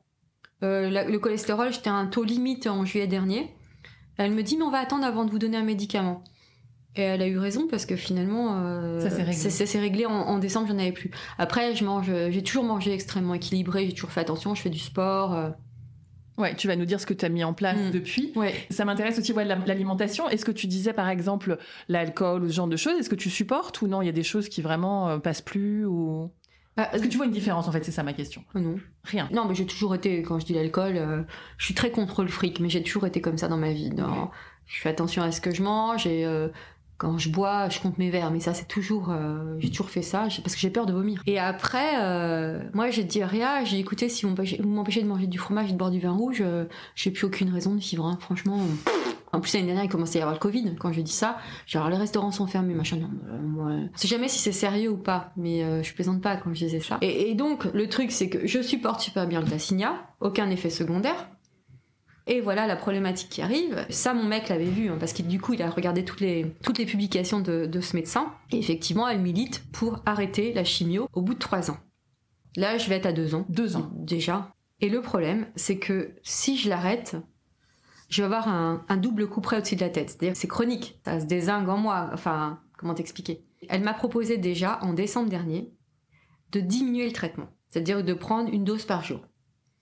Le cholestérol, j'étais à un taux limite en juillet dernier. Elle me dit, mais on va attendre avant de vous donner un médicament. Et elle a eu raison, parce que finalement, ça s'est réglé en décembre, j'en avais plus. Après, j'ai toujours mangé extrêmement équilibré, j'ai toujours fait attention, je fais du sport. Ouais, tu vas nous dire ce que tu as mis en place depuis. Ouais. Ça m'intéresse aussi, l'alimentation. Est-ce que tu disais, par exemple, l'alcool ou ce genre de choses, est-ce que tu supportes ou non? Il y a des choses qui vraiment passent plus ou... Est-ce que tu vois une différence, en fait? C'est ça ma question. Non. Rien. Non, mais j'ai toujours été, quand je dis l'alcool, je suis très contre le fric, mais j'ai toujours été comme ça dans ma vie. Je fais attention à ce que je mange et quand je bois, je compte mes verres. Mais ça, c'est toujours... j'ai toujours fait ça parce que j'ai peur de vomir. Et après, moi, j'ai dit rien. J'ai dit, écoutez, si vous m'empêchez de manger du fromage et de boire du vin rouge, j'ai plus aucune raison de vivre, hein, franchement... En plus, l'année dernière, il commençait à y avoir le Covid. Quand je dis ça, genre, les restaurants sont fermés, machin. Je sais jamais si c'est sérieux ou pas, mais je plaisante pas quand je disais ça. Et donc, le truc, c'est que je supporte super bien le Tasigna, aucun effet secondaire. Et voilà la problématique qui arrive. Ça, mon mec l'avait vu, hein, parce que du coup, il a regardé toutes les publications de ce médecin. Et effectivement, elle milite pour arrêter la chimio au bout de 3 ans. Là, je vais être à 2 ans. 2 ans. Déjà. Et le problème, c'est que si je l'arrête... je vais avoir un double coup près au-dessus de la tête. C'est-à-dire que c'est chronique, ça se dézingue en moi. Enfin, comment t'expliquer? Elle m'a proposé déjà, en décembre dernier, de diminuer le traitement. C'est-à-dire de prendre une dose par jour.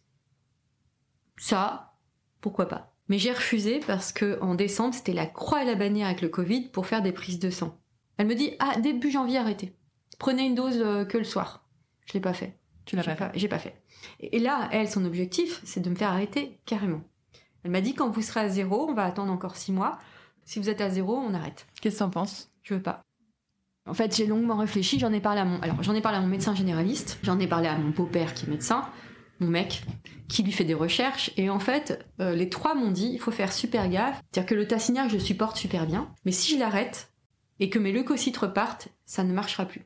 Ça, pourquoi pas? Mais j'ai refusé parce que en décembre, c'était la croix et la bannière avec le Covid pour faire des prises de sang. Elle me dit, début janvier, arrêtez. Prenez une dose que le soir. Je l'ai pas fait. Tu l'as pas fait? J'ai pas fait. Et là, elle, son objectif, c'est de me faire arrêter carrément. Elle m'a dit, quand vous serez à 0, on va attendre encore 6 mois. Si vous êtes à 0, on arrête. Qu'est-ce que t'en penses? Je veux pas. En fait, j'ai longuement réfléchi, j'en ai parlé à mon médecin généraliste, j'en ai parlé à mon beau-père qui est médecin, mon mec, qui lui fait des recherches, et en fait, les 3 m'ont dit, il faut faire super gaffe. C'est-à-dire que le Tasigna, je le supporte super bien, mais si je l'arrête, et que mes leucocytes repartent, ça ne marchera plus.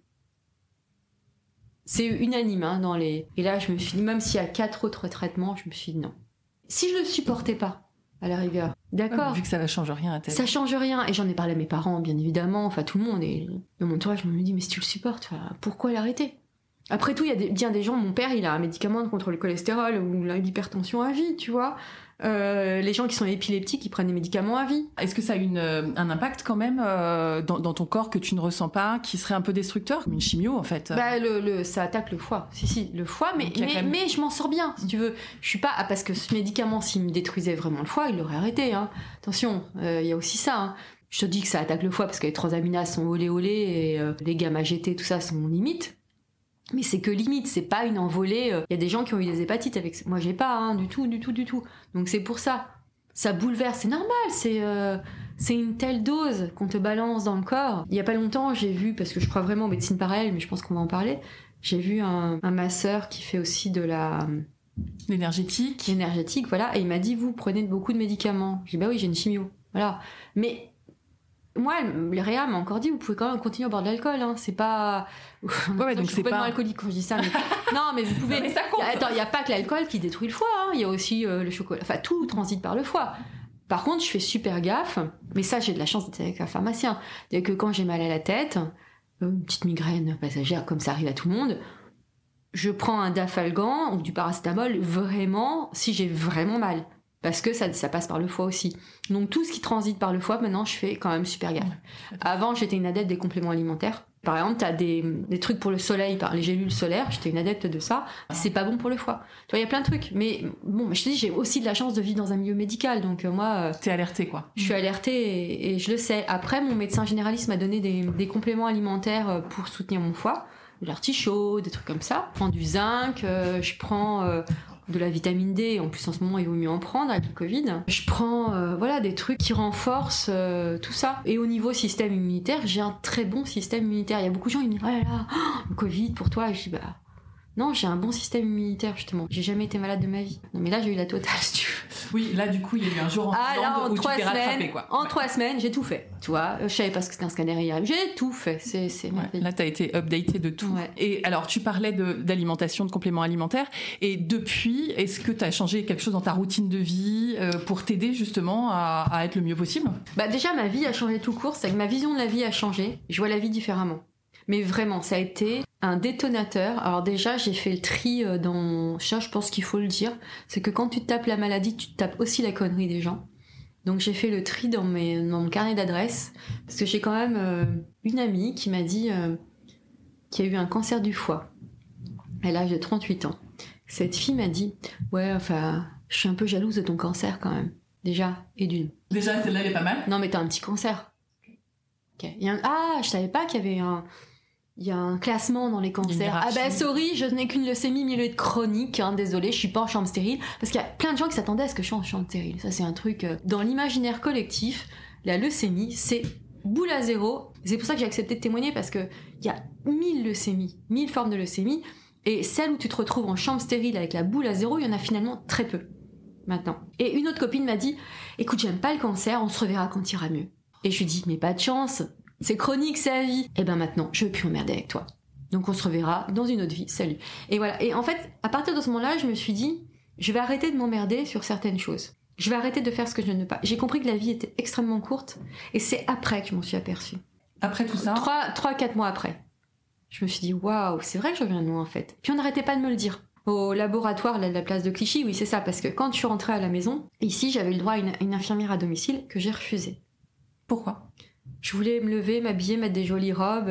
C'est unanime, hein, dans les... Et là, je me suis dit, même s'il y a 4 autres traitements, je me suis dit non. Si je le supportais pas, à la rigueur, d'accord. Vu que ça ne change rien à ta vie. Ça change rien. Et j'en ai parlé à mes parents, bien évidemment, enfin tout le monde. Et dans mon entourage, je me dis, mais si tu le supportes, pourquoi l'arrêter? Après tout, il y a bien des gens, mon père, il a un médicament contre le cholestérol ou l'hypertension à vie, tu vois. Les gens qui sont épileptiques, ils prennent des médicaments à vie. Est-ce que ça a un impact quand même dans ton corps que tu ne ressens pas, qui serait un peu destructeur, comme une chimio en fait? Ça attaque le foie. Si, le foie, mais je m'en sors bien, si tu veux. Je suis pas... parce que ce médicament, s'il me détruisait vraiment le foie, il l'aurait arrêté. Hein. Attention, il y a aussi ça. Hein. Je te dis que ça attaque le foie parce que les transaminases sont olé et les gamma GT, tout ça, sont limites. Mais c'est que limite, c'est pas une envolée. Il y a des gens qui ont eu des hépatites avec... Moi, j'ai pas, hein, du tout. Donc c'est pour ça. Ça bouleverse, c'est normal, c'est une telle dose qu'on te balance dans le corps. Il y a pas longtemps, j'ai vu, parce que je crois vraiment aux médecines parallèles, mais je pense qu'on va en parler, j'ai vu un masseur qui fait aussi de l'énergétique, voilà, et il m'a dit, vous prenez beaucoup de médicaments. J'ai dit, bah oui, j'ai une chimio. Voilà. Mais... moi, le réa m'a encore dit, vous pouvez quand même continuer à boire de l'alcool, hein. C'est pas... Ouais, donc je suis complètement alcoolique quand je dis ça, mais... non, mais vous pouvez... Non, mais ça compte. Attends, il n'y a pas que l'alcool qui détruit le foie, hein. Il y a aussi le chocolat. Enfin, tout transite par le foie. Par contre, je fais super gaffe, mais ça, j'ai de la chance d'être avec un pharmacien. C'est-à-dire que quand j'ai mal à la tête, une petite migraine passagère, comme ça arrive à tout le monde, je prends un Dafalgan ou du paracétamol, vraiment, si j'ai vraiment mal. Parce que ça passe par le foie aussi. Donc tout ce qui transite par le foie, maintenant, je fais quand même super gaffe. Avant, j'étais une adepte des compléments alimentaires. Par exemple, t'as des trucs pour le soleil, par les gélules solaires, j'étais une adepte de ça. C'est pas bon pour le foie. Tu vois, il y a plein de trucs. Mais bon, je te dis, j'ai aussi de la chance de vivre dans un milieu médical. Donc moi... T'es alertée, quoi. Je suis alertée et je le sais. Après, mon médecin généraliste m'a donné des compléments alimentaires pour soutenir mon foie. De l'artichaut, des trucs comme ça. Je prends du zinc, je prends... de la vitamine D. En plus, en ce moment, il vaut mieux en prendre avec le Covid. Je prends des trucs qui renforcent tout ça. Et au niveau système immunitaire, j'ai un très bon système immunitaire. Il y a beaucoup de gens qui me disent « Oh là là, le Covid pour toi ?» Et je dis « Bah non, j'ai un bon système immunitaire justement. J'ai jamais été malade de ma vie. » Non mais là, j'ai eu la totale, si tu veux. Oui, là, du coup, il y a eu un jour où tu t'es rattrapé, quoi. En 3 semaines, j'ai tout fait. Tu vois, je savais pas ce que c'était un scanner IRM. J'ai tout fait. C'est là, t'as été updatée de tout. Ouais. Et alors, tu parlais d'alimentation, de compléments alimentaires. Et depuis, est-ce que t'as changé quelque chose dans ta routine de vie pour t'aider justement à être le mieux possible ? Bah déjà, ma vie a changé tout court. C'est que ma vision de la vie a changé. Je vois la vie différemment. Mais vraiment, ça a été un détonateur. Alors déjà, j'ai fait le tri dans... Ça, je pense qu'il faut le dire. C'est que quand tu tapes la maladie, tu tapes aussi la connerie des gens. Donc j'ai fait le tri dans mon carnet d'adresses. Parce que j'ai quand même une amie qui m'a dit qu'il y a eu un cancer du foie à l'âge de 38 ans. Cette fille m'a dit « Ouais, enfin, je suis un peu jalouse de ton cancer quand même. Déjà, et d'une. » Déjà, celle-là, elle est pas mal. Non, mais t'as un petit cancer. Okay. Je savais pas qu'il y avait il y a un classement dans les cancers. Ah ben sorry, je n'ai qu'une leucémie myeloïde chronique, hein, désolée, je suis pas en chambre stérile. Parce qu'il y a plein de gens qui s'attendaient à ce que je sois en chambre stérile. Ça c'est un truc, dans l'imaginaire collectif, la leucémie, c'est boule à zéro. C'est pour ça que j'ai accepté de témoigner, parce que il y a 1000 leucémies, 1000 formes de leucémie, et celle où tu te retrouves en chambre stérile avec la boule à zéro, il y en a finalement très peu, maintenant. Et une autre copine m'a dit, écoute, j'aime pas le cancer, on se reverra quand il ira mieux. Et je lui dis, mais pas de chance, c'est chronique, c'est à vie. Et ben maintenant, je veux plus m'emmerder avec toi. Donc on se reverra dans une autre vie, salut. Et voilà. Et en fait, à partir de ce moment-là, je me suis dit, je vais arrêter de m'emmerder sur certaines choses. Je vais arrêter de faire ce que je ne veux pas. J'ai compris que la vie était extrêmement courte, et c'est après que je m'en suis aperçue. Après tout ça 3-4 mois après. Je me suis dit, waouh, c'est vrai que je reviens de loin en fait. Puis on n'arrêtait pas de me le dire. Au laboratoire, là, de la place de Clichy, oui c'est ça, parce que quand je suis rentrée à la maison, ici j'avais le droit à une infirmière à domicile que j'ai refusée. Pourquoi ? Je voulais me lever, m'habiller, mettre des jolies robes.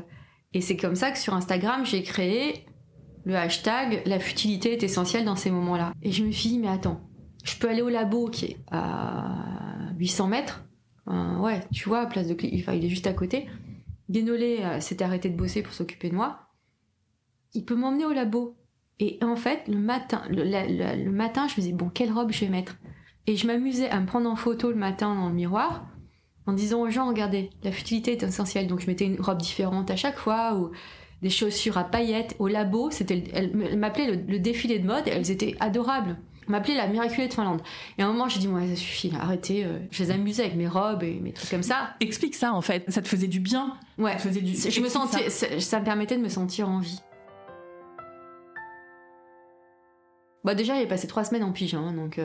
Et c'est comme ça que sur Instagram, j'ai créé le hashtag « La futilité est essentielle dans ces moments-là ». Et je me suis dit, mais attends, je peux aller au labo qui est à 800 mètres. Ouais, tu vois, place de Clichy, enfin, il est juste à côté. Guénolé s'était arrêté de bosser pour s'occuper de moi. Il peut m'emmener au labo. Et en fait, le matin, je me disais, bon, quelle robe je vais mettre ? Et je m'amusais à me prendre en photo le matin dans le miroir, en disant aux gens, regardez, la futilité est essentielle. Donc je mettais une robe différente à chaque fois, ou des chaussures à paillettes. Au labo, elle m'appelait le défilé de mode, et elles étaient adorables. Elle m'appelait la miraculée de Finlande. Et à un moment, j'ai dit, moi, ça suffit, là, arrêtez. Je les amusais avec mes robes et mes trucs comme ça. Explique ça, en fait. Ça te faisait du bien. Ouais. Ça me permettait de me sentir en vie. Bah déjà, j'ai passé 3 semaines en pyjama, donc...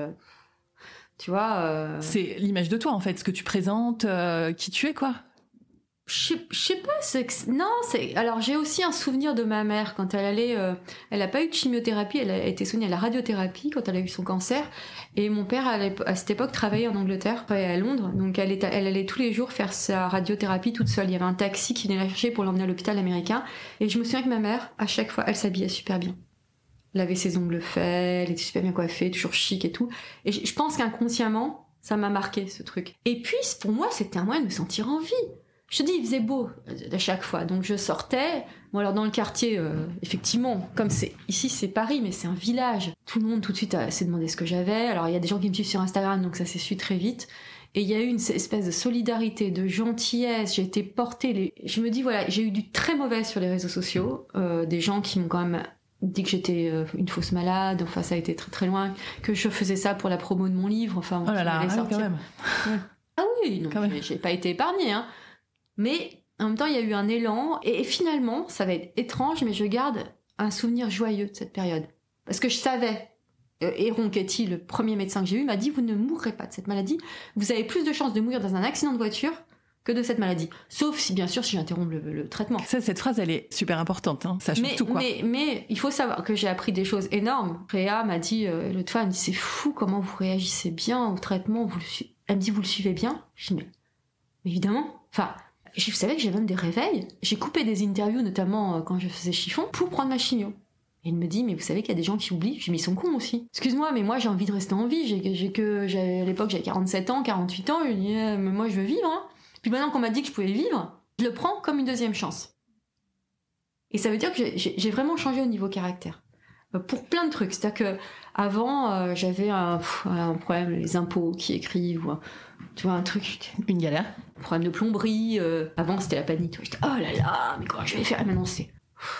Tu vois... C'est l'image de toi, en fait, ce que tu présentes, qui tu es, quoi. Je sais pas, alors j'ai aussi un souvenir de ma mère quand elle allait, elle a pas eu de chimiothérapie, elle a été soignée à la radiothérapie quand elle a eu son cancer, et mon père à cette époque travaillait en Angleterre, à Londres, donc elle allait tous les jours faire sa radiothérapie toute seule. Il y avait un taxi qui venait la chercher pour l'emmener à l'hôpital américain, et je me souviens que ma mère, à chaque fois, elle s'habillait super bien. Elle avait ses ongles faits, elle était super bien coiffée, toujours chic et tout, et je pense qu'inconsciemment ça m'a marqué ce truc. Et puis pour moi c'était un moyen de me sentir en vie. Je te dis, il faisait beau à chaque fois, donc je sortais. Bon alors dans le quartier, effectivement, comme ici c'est Paris, mais c'est un village. Tout le monde tout de suite s'est demandé ce que j'avais. Alors il y a des gens qui me suivent sur Instagram, donc ça s'est su très vite. Et il y a eu une espèce de solidarité, de gentillesse. J'ai été portée. Je me dis voilà, j'ai eu du très mauvais sur les réseaux sociaux, des gens qui m'ont quand même dit que j'étais une fausse malade. Enfin ça a été très très loin, que je faisais ça pour la promo de mon livre. Enfin, oh là là, quand même. Ouais. Ah oui, non, j'ai pas été épargnée, hein. Mais en même temps, il y a eu un élan. Et finalement, ça va être étrange, mais je garde un souvenir joyeux de cette période. Parce que je savais, Héron Ketty, le premier médecin que j'ai eu, m'a dit « Vous ne mourrez pas de cette maladie. Vous avez plus de chances de mourir dans un accident de voiture que de cette maladie. » Sauf si, bien sûr, si j'interromps le traitement. Cette phrase, elle est super importante. Hein. Ça change tout, quoi. Mais il faut savoir que j'ai appris des choses énormes. Réa m'a dit, l'autre fois, elle me dit « C'est fou comment vous réagissez bien au traitement. » Elle me dit « Vous le suivez bien ?» Je dis « Mais évidemment. » Enfin... Vous savez que j'ai même des réveils. J'ai coupé des interviews, notamment quand je faisais chiffon, pour prendre ma chimio. Et il me dit, mais vous savez qu'il y a des gens qui oublient. Je dis, mais ils sont cons aussi. Excuse-moi, mais moi j'ai envie de rester en vie. À l'époque j'avais 47 ans, 48 ans. Je dis, mais moi je veux vivre. Hein. Puis maintenant qu'on m'a dit que je pouvais vivre, je le prends comme une deuxième chance. Et ça veut dire que j'ai vraiment changé au niveau caractère. pour plein de trucs. C'est-à-dire que avant, j'avais un problème, les impôts qui écrivent, ou tu vois, un truc. Une galère. Un problème de plomberie. Avant, c'était la panique. J'étais, oh là là, mais comment je vais faire? Et maintenant, c'est...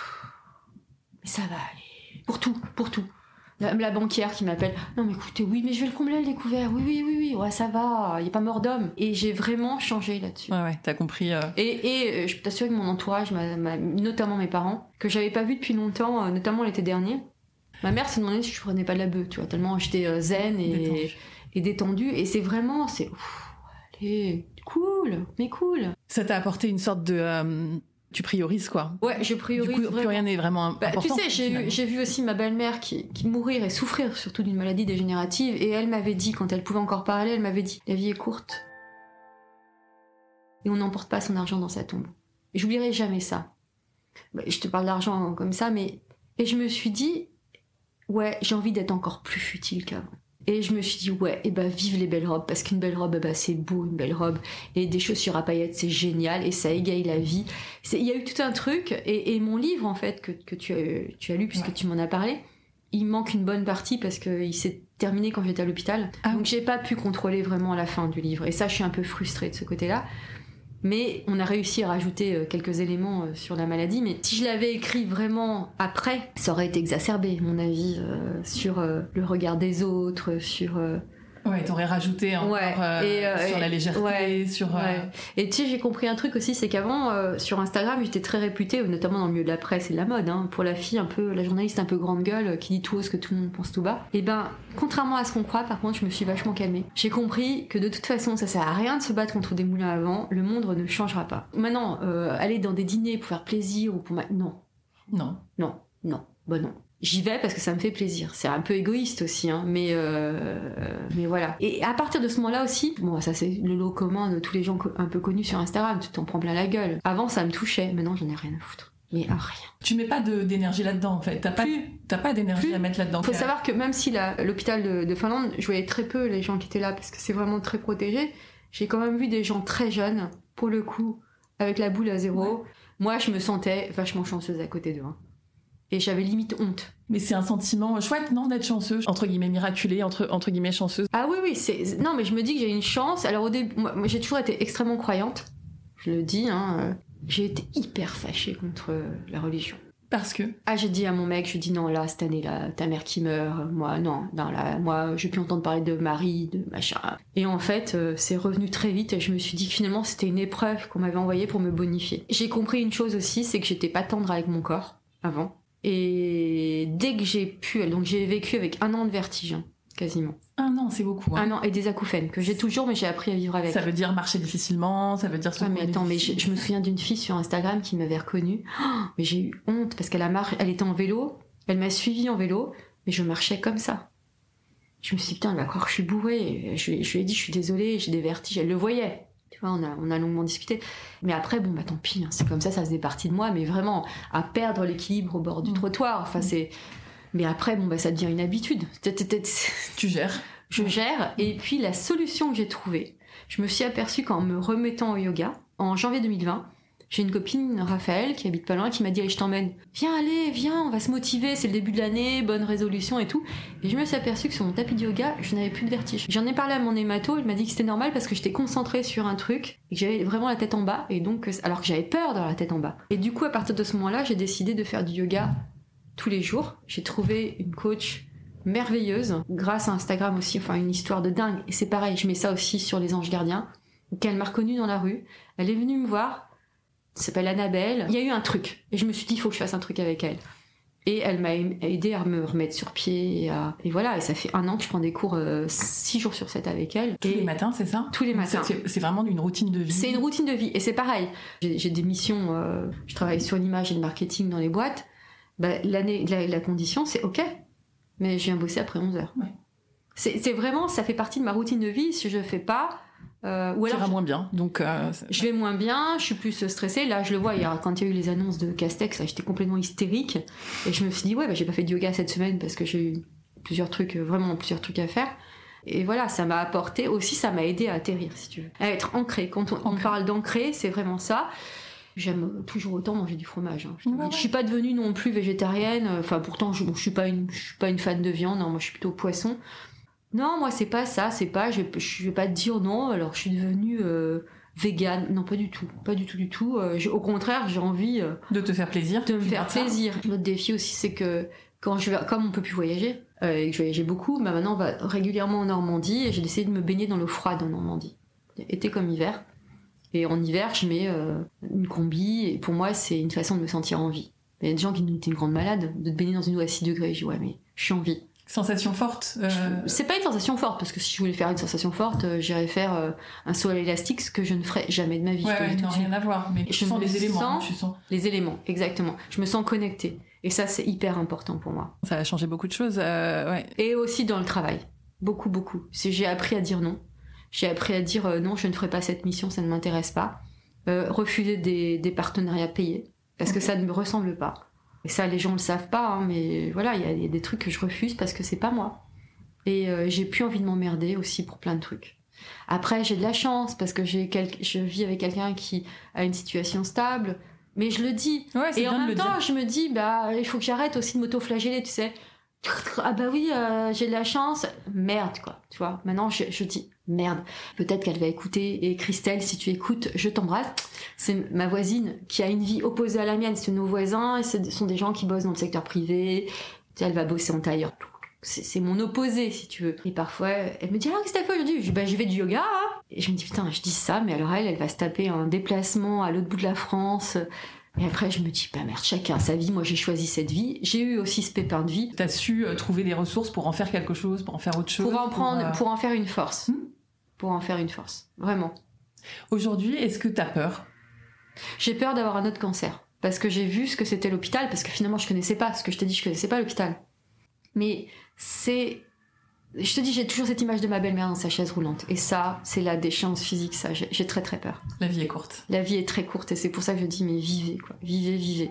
Mais ça va aller. Pour tout. La banquière qui m'appelle, non mais écoutez, oui, mais je vais le combler le découvert, oui, ouais, ça va, il est pas mort d'homme. Et j'ai vraiment changé là-dessus. Ouais, t'as compris. Et je peux t'assurer que mon entourage, notamment mes parents, que j'avais pas vu depuis longtemps, notamment l'été dernier, ma mère s'est demandé si je prenais pas de la bœuf, tu vois, tellement j'étais zen et détendue. Et c'est vraiment, allez, cool. Ça t'a apporté une sorte de... Tu priorises, quoi. Ouais, je priorise. Du coup, plus rien n'est vraiment important. Tu sais, j'ai vu aussi ma belle-mère qui mourir et souffrir surtout d'une maladie dégénérative, et elle m'avait dit, quand elle pouvait encore parler, elle m'avait dit, la vie est courte. Et on n'emporte pas son argent dans sa tombe. Et j'oublierai jamais ça. Je te parle d'argent comme ça, mais... Et je me suis dit, ouais, j'ai envie d'être encore plus futile qu'avant. Et je me suis dit, ouais, vive les belles robes, parce qu'une belle robe, c'est beau, une belle robe. Et des chaussures à paillettes, c'est génial, et ça égaye la vie. Il y a eu tout un truc, et mon livre, en fait, que tu as lu, puisque tu m'en as parlé, il manque une bonne partie, parce qu'il s'est terminé quand j'étais à l'hôpital. Donc j'ai pas pu contrôler vraiment la fin du livre. Et ça, je suis un peu frustrée de ce côté-là. Mais on a réussi à rajouter quelques éléments sur la maladie. Mais si je l'avais écrit vraiment après, ça aurait été exacerbé, mon avis, sur le regard des autres, sur... Ouais, t'aurais rajouté encore sur la légèreté, sur... Et tu sais, j'ai compris un truc aussi, c'est qu'avant, sur Instagram, j'étais très réputée, notamment dans le milieu de la presse et de la mode, pour la fille un peu, la journaliste un peu grande gueule, qui dit tout haut ce que tout le monde pense tout bas. Et contrairement à ce qu'on croit, par contre, je me suis vachement calmée. J'ai compris que de toute façon, ça sert à rien de se battre contre des moulins à vent, le monde ne changera pas. Maintenant, aller dans des dîners pour faire plaisir ou pour... Non. J'y vais parce que ça me fait plaisir. C'est un peu égoïste aussi, mais voilà. Et à partir de ce moment-là aussi, bon, ça c'est le lot commun de tous les gens un peu connus sur Instagram, tu t'en prends plein la gueule. Avant, ça me touchait, maintenant j'en ai rien à foutre. Mais rien. Tu mets pas d'énergie là-dedans, en fait. T'as pas d'énergie à mettre là-dedans. Faut savoir que même si l'hôpital de Finlande, je voyais très peu les gens qui étaient là, parce que c'est vraiment très protégé, j'ai quand même vu des gens très jeunes, pour le coup, avec la boule à zéro. Ouais. Moi, je me sentais vachement chanceuse à côté d'eux. Et j'avais limite honte. Mais c'est un sentiment chouette, non, d'être chanceuse, entre guillemets miraculée, entre guillemets chanceuse. Ah oui, non, mais je me dis que j'ai une chance. Alors au début, moi j'ai toujours été extrêmement croyante. Je le dis, j'ai été hyper fâchée contre la religion. Parce que j'ai dit à mon mec, je dis non, là, cette année-là, ta mère qui meurt, moi, non, là, moi, je vais plus entendre parler de Marie, de machin. Et en fait, c'est revenu très vite et je me suis dit que finalement, c'était une épreuve qu'on m'avait envoyée pour me bonifier. J'ai compris une chose aussi, c'est que j'étais pas tendre avec mon corps, avant. Et dès que j'ai pu, donc j'ai vécu avec 1 an de vertige, quasiment. 1 an, c'est beaucoup. 1 an, et des acouphènes, que j'ai toujours, mais j'ai appris à vivre avec. Ça veut dire marcher difficilement, ça veut dire se... mais attends, mais je me souviens d'une fille sur Instagram qui m'avait reconnue. Mais j'ai eu honte, parce elle était en vélo, elle m'a suivie en vélo, mais je marchais comme ça. Je me suis dit, putain, elle va croire que je suis bourrée. Je lui ai dit, je suis désolée, j'ai des vertiges. Elle le voyait. Tu vois, on a longuement discuté. Mais après, tant pis, c'est comme ça faisait partie de moi, mais vraiment, à perdre l'équilibre au bord du trottoir, Mais après, ça devient une habitude. Tu gères. Je gère. Et puis, la solution que j'ai trouvée, je me suis aperçue qu'en me remettant au yoga, en janvier 2020, j'ai une copine, Raphaël, qui habite pas loin, qui m'a dit, allez, je t'emmène. Viens, on va se motiver, c'est le début de l'année, bonne résolution et tout. Et je me suis aperçue que sur mon tapis de yoga, je n'avais plus de vertige. J'en ai parlé à mon hémato, il m'a dit que c'était normal parce que j'étais concentrée sur un truc et que j'avais vraiment la tête en bas, et donc, alors que j'avais peur d'avoir la tête en bas. Et du coup, à partir de ce moment-là, j'ai décidé de faire du yoga tous les jours. J'ai trouvé une coach merveilleuse, grâce à Instagram aussi, une histoire de dingue. Et c'est pareil, je mets ça aussi sur les anges gardiens, qu'elle m'a reconnue dans la rue. Elle est venue me voir. Elle s'appelle Annabelle. Il y a eu un truc. Et je me suis dit, il faut que je fasse un truc avec elle. Et elle m'a aidé à me remettre sur pied. Et voilà. Et ça fait 1 an que je prends des cours 6 jours sur 7 avec elle. Tous les matins, c'est ça ? Tous les matins. C'est vraiment une routine de vie. C'est une routine de vie. Et c'est pareil. J'ai des missions. Je travaille sur l'image et le marketing dans les boîtes. La condition, c'est OK. Mais je viens bosser après 11 heures. Ouais. C'est vraiment, ça fait partie de ma routine de vie. Si je le fais pas, ou alors tu iras moins bien. Donc, je vais moins bien, je suis plus stressée. Là, je le vois, quand il y a eu les annonces de Castex, là, j'étais complètement hystérique. Et je me suis dit, j'ai pas fait de yoga cette semaine parce que j'ai eu plusieurs trucs à faire. Et voilà, ça m'a apporté, aussi ça m'a aidé à atterrir, si tu veux. À être ancré. Quand on parle d'ancrer, c'est vraiment ça. J'aime toujours autant manger du fromage. Je suis pas devenue non plus végétarienne. Enfin, pourtant, je suis pas une fan de viande. Moi, je suis plutôt poisson. Non, moi, c'est pas ça. C'est pas. Je vais pas te dire non. Alors, je suis devenue végane. Non, pas du tout. Pas du tout. Au contraire, j'ai envie de te faire plaisir. De me faire plaisir. L'autre défi aussi, c'est que comme on peut plus voyager, et que je voyageais beaucoup, maintenant, on va régulièrement en Normandie et j'ai décidé de me baigner dans l'eau froide en Normandie, été comme hiver. Et en hiver, je mets une combi, et pour moi, c'est une façon de me sentir en vie. Il y a des gens qui me disent, t'es une grande malade, de te baigner dans une eau à 6 degrés. Je dis, ouais, mais je suis en vie. Sensation forte C'est pas une sensation forte, parce que si je voulais faire une sensation forte, j'irais faire un saut à l'élastique, ce que je ne ferais jamais de ma vie. Non, rien à voir, mais je sens les éléments. Les éléments, exactement. Je me sens connectée. Et ça, c'est hyper important pour moi. Ça a changé beaucoup de choses, Et aussi dans le travail. Beaucoup. J'ai appris à dire non. J'ai appris à dire non, je ne ferai pas cette mission, ça ne m'intéresse pas. Refuser des partenariats payés, parce que ça ne me ressemble pas. Et ça, les gens ne le savent pas, mais voilà, il y a des trucs que je refuse parce que c'est pas moi. Et j'ai plus envie de m'emmerder aussi pour plein de trucs. Après, j'ai de la chance parce que je vis avec quelqu'un qui a une situation stable, mais je le dis. Et en même temps, je me dis, il faut que j'arrête aussi de m'auto-flageller, tu sais. Ah bah oui, j'ai de la chance. Merde, quoi. Tu vois, maintenant, je dis merde. Peut-être qu'elle va écouter. Et Christelle, si tu écoutes, je t'embrasse. C'est ma voisine qui a une vie opposée à la mienne. C'est nos voisins. Et ce sont des gens qui bossent dans le secteur privé. Tu sais, elle va bosser en tailleur. C'est mon opposé, si tu veux. Et parfois, elle me dit, ah, qu'est-ce que t'as fait aujourd'hui? Je dis, je vais du yoga. Et je me dis, putain, je dis ça, mais alors elle va se taper un déplacement à l'autre bout de la France. Et après, je me dis, merde, chacun a sa vie. Moi, j'ai choisi cette vie. J'ai eu aussi ce pépin de vie. T'as su trouver des ressources pour en faire quelque chose, pour en faire autre chose. Pour en faire une force. Pour en faire une force. Vraiment. Aujourd'hui, est-ce que t'as peur? J'ai peur d'avoir un autre cancer. Parce que j'ai vu ce que c'était l'hôpital. Parce que finalement, je connaissais pas. Ce que je t'ai dit, je connaissais pas l'hôpital. Mais je te dis, j'ai toujours cette image de ma belle-mère dans sa chaise roulante. Et ça, c'est la déchéance physique, ça. J'ai très très peur. La vie est courte. La vie est très courte et c'est pour ça que je dis, mais vivez, quoi. Vivez.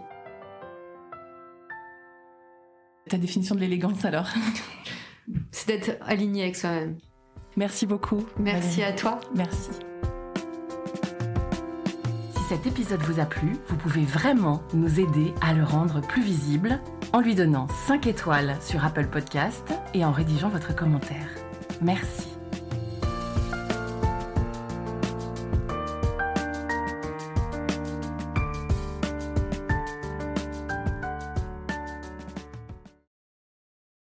Ta définition de l'élégance, alors? C'est d'être aligné avec soi-même. Merci beaucoup. Merci à toi. Merci. Si cet épisode vous a plu, vous pouvez vraiment nous aider à le rendre plus visible en lui donnant 5 étoiles sur Apple Podcast et en rédigeant votre commentaire. Merci.